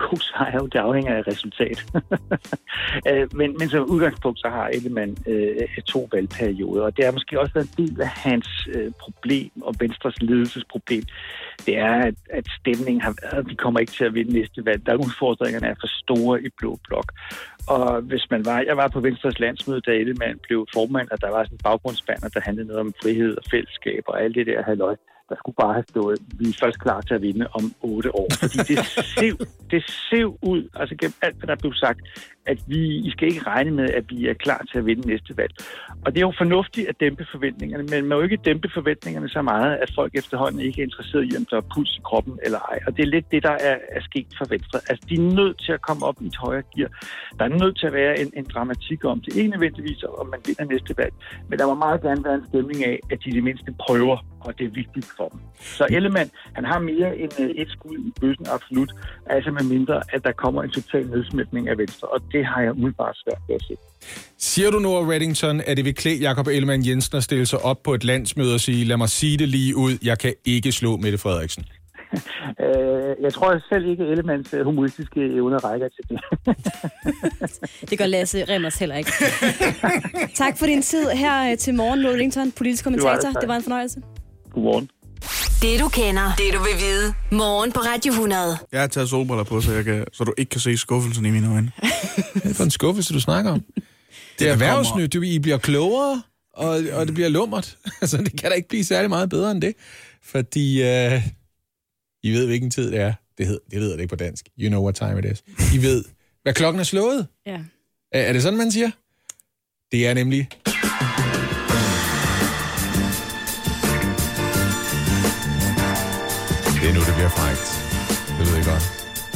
det afhænger af resultat. men som udgangspunkt, så har Ellemann 2 valgperioder, og det har måske også været en del af hans problem og Venstres ledelsesproblem. Det er, at stemningen har været, at vi kommer ikke til at vinde næste valg. Der er udfordringerne er for store i Blå Blok. Og hvis jeg var på Venstres landsmøde, da Ellemann blev formand, og der var sådan en baggrundsbanner, der handlede noget om frihed og fællesskab og alt det der halløj. Der skulle bare have stået, vi er først klar til at vinde om 8 år. Fordi det sev ud, altså gennem alt, hvad der blev sagt, at I skal ikke regne med, at vi er klar til at vinde næste valg. Og det er jo fornuftigt at dæmpe forventningerne, men man må jo ikke dæmpe forventningerne så meget, at folk efterhånden ikke er interesseret i, om der er puls i kroppen eller ej. Og det er lidt det, der er sket for Venstre. Altså, de er nødt til at komme op i et højere gear. Der er nødt til at være en dramatik om det. Ikke nødvendigvis, om man vinder næste valg, men der må meget gerne være en stemning af, at de det mindste prøver, og det er vigtigt for dem. Så Ellemann, han har mere end et skud i bøssen, absolut. Altså med mindre, at der kommer en total nedsmeltning af Venstre, og det har jeg umiddelbart svært ved at se. Siger du, Nora Reddington, at det vil klæde Jakob Ellemann-Jensen at stille sig op på et landsmøde og sige, lad mig sige det lige ud, jeg kan ikke slå Mette Frederiksen? Jeg tror selv ikke, Ellemanns humoristiske evner rækker til det. Det gør Lasse Remmers heller ikke. Tak for din tid her til morgen, Nora Reddington, politisk kommentator. Det var en fornøjelse. Godmorgen. Det du kender, det du vil vide. Morgen på Radio 100. Jeg har taget solbriller på, så du ikke kan se skuffelsen i mine øjne. Det er for en skuffelse, du snakker om. Det er erhvervsnyt, I bliver klogere, og det bliver lummert. Altså, det kan da ikke blive særlig meget bedre end det. Fordi I ved, hvilken tid det er. Det hedder det ikke på dansk. You know what time it is. I ved, hvad klokken er slået. Ja. Er det sådan, man siger? Det er nemlig... Det er nu, det bliver frækt. Det ved jeg godt.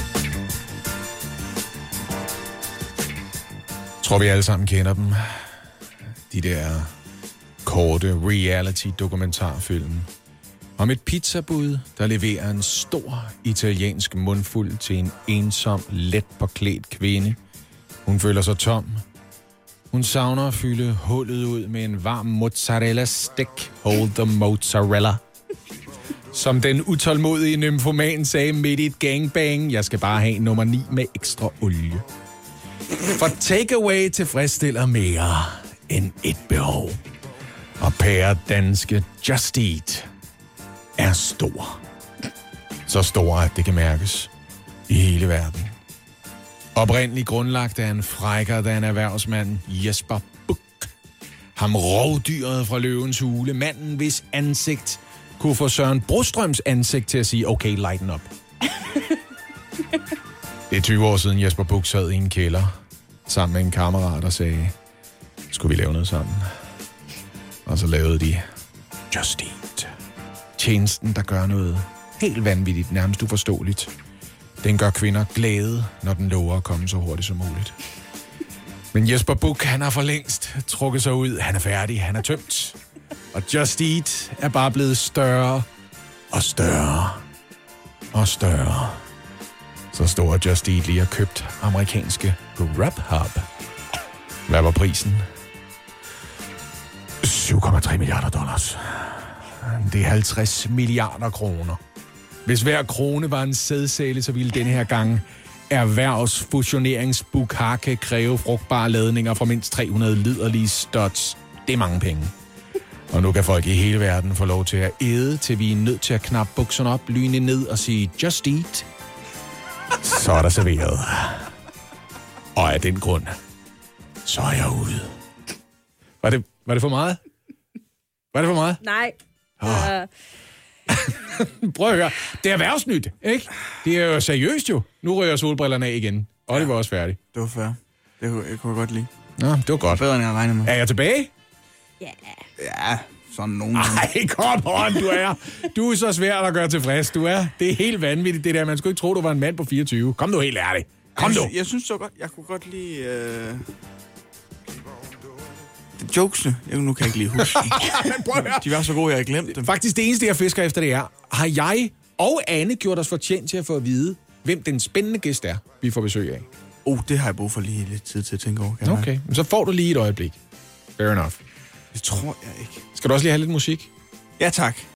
Jeg tror, vi alle sammen kender dem. De der korte reality-dokumentarfilm om et pizzabud, der leverer en stor italiensk mundfuld til en ensom, let påklædt kvinde. Hun føler sig tom. Hun savner at fylde hullet ud med en varm mozzarella-stik. Hold the mozzarella. Som den utålmodige nymfoman sagde midt i et gangbang, jeg skal bare have nummer 9 med ekstra olie. For takeaway tilfredsstiller mere end et behov. Og pæredanske Just Eat er stor. Så stor, at det kan mærkes i hele verden. Oprindeligt grundlagt af en frækker, der er en erhvervsmand, Jesper Buch. Ham rovdyret fra Løvens Hule, manden hvis ansigt kunne få Søren Brostrøms ansigt til at sige, okay, lighten up. Det er 20 år siden Jesper Buch sad i en kælder sammen med en kammerat og sagde, skulle vi lave noget sammen? Og så lavede de Just Eat. Tjenesten, der gør noget helt vanvittigt, nærmest uforståeligt. Den gør kvinder glade, når den lover at komme så hurtigt som muligt. Men Jesper Buch, han har for længst trukket sig ud. Han er færdig, han er tømt. Og Just Eat er bare blevet større og større og større. Så stor at Just Eat lige har købt amerikanske Grubhub. Hvad var prisen? $7,3 milliarder. Det er 50 milliarder kroner. Hvis hver krone var en sædsæle, så ville denne her gang erhvervsfusioneringsbukake kræve frugtbare ladninger fra mindst 300 liderlige studs. Det er mange penge. Og nu kan folk i hele verden få lov til at æde, til vi er nødt til at knappe bukserne op, lyne ned og sige Just Eat. Så er der serveret. Og af den grund, så er jeg ude. Var det for meget? Var det for meget? Nej. Prøv at høre. Det er erhvervsnyt, ikke? Det er jo seriøst jo. Nu rører solbrillerne af igen. Og det var også færdigt. Det var fair. Det kunne jeg godt lide. Nå, det var godt. Bedre, end jeg regnede med. Er jeg tilbage? Ja, sådan nogen. Ej, kom on, du er så svær at gøre tilfreds, du er. Det er helt vanvittigt, det der. Man skulle ikke tro, du var en mand på 24. Kom nu helt ærligt. Kom nu. Jeg synes så godt, jeg kunne godt lide... Jokesene. Nu kan jeg ikke lige huske. De var så gode, jeg har glemt dem. Faktisk det eneste, jeg fisker efter, det er, har jeg og Anne gjort os fortjent til at få at vide, hvem den spændende gæst er, vi får besøg af? Det har jeg brug for lige lidt tid til at tænke over. Okay, så får du lige et øjeblik. Fair enough. Det tror jeg ikke. Skal du også lige have lidt musik? Ja, tak.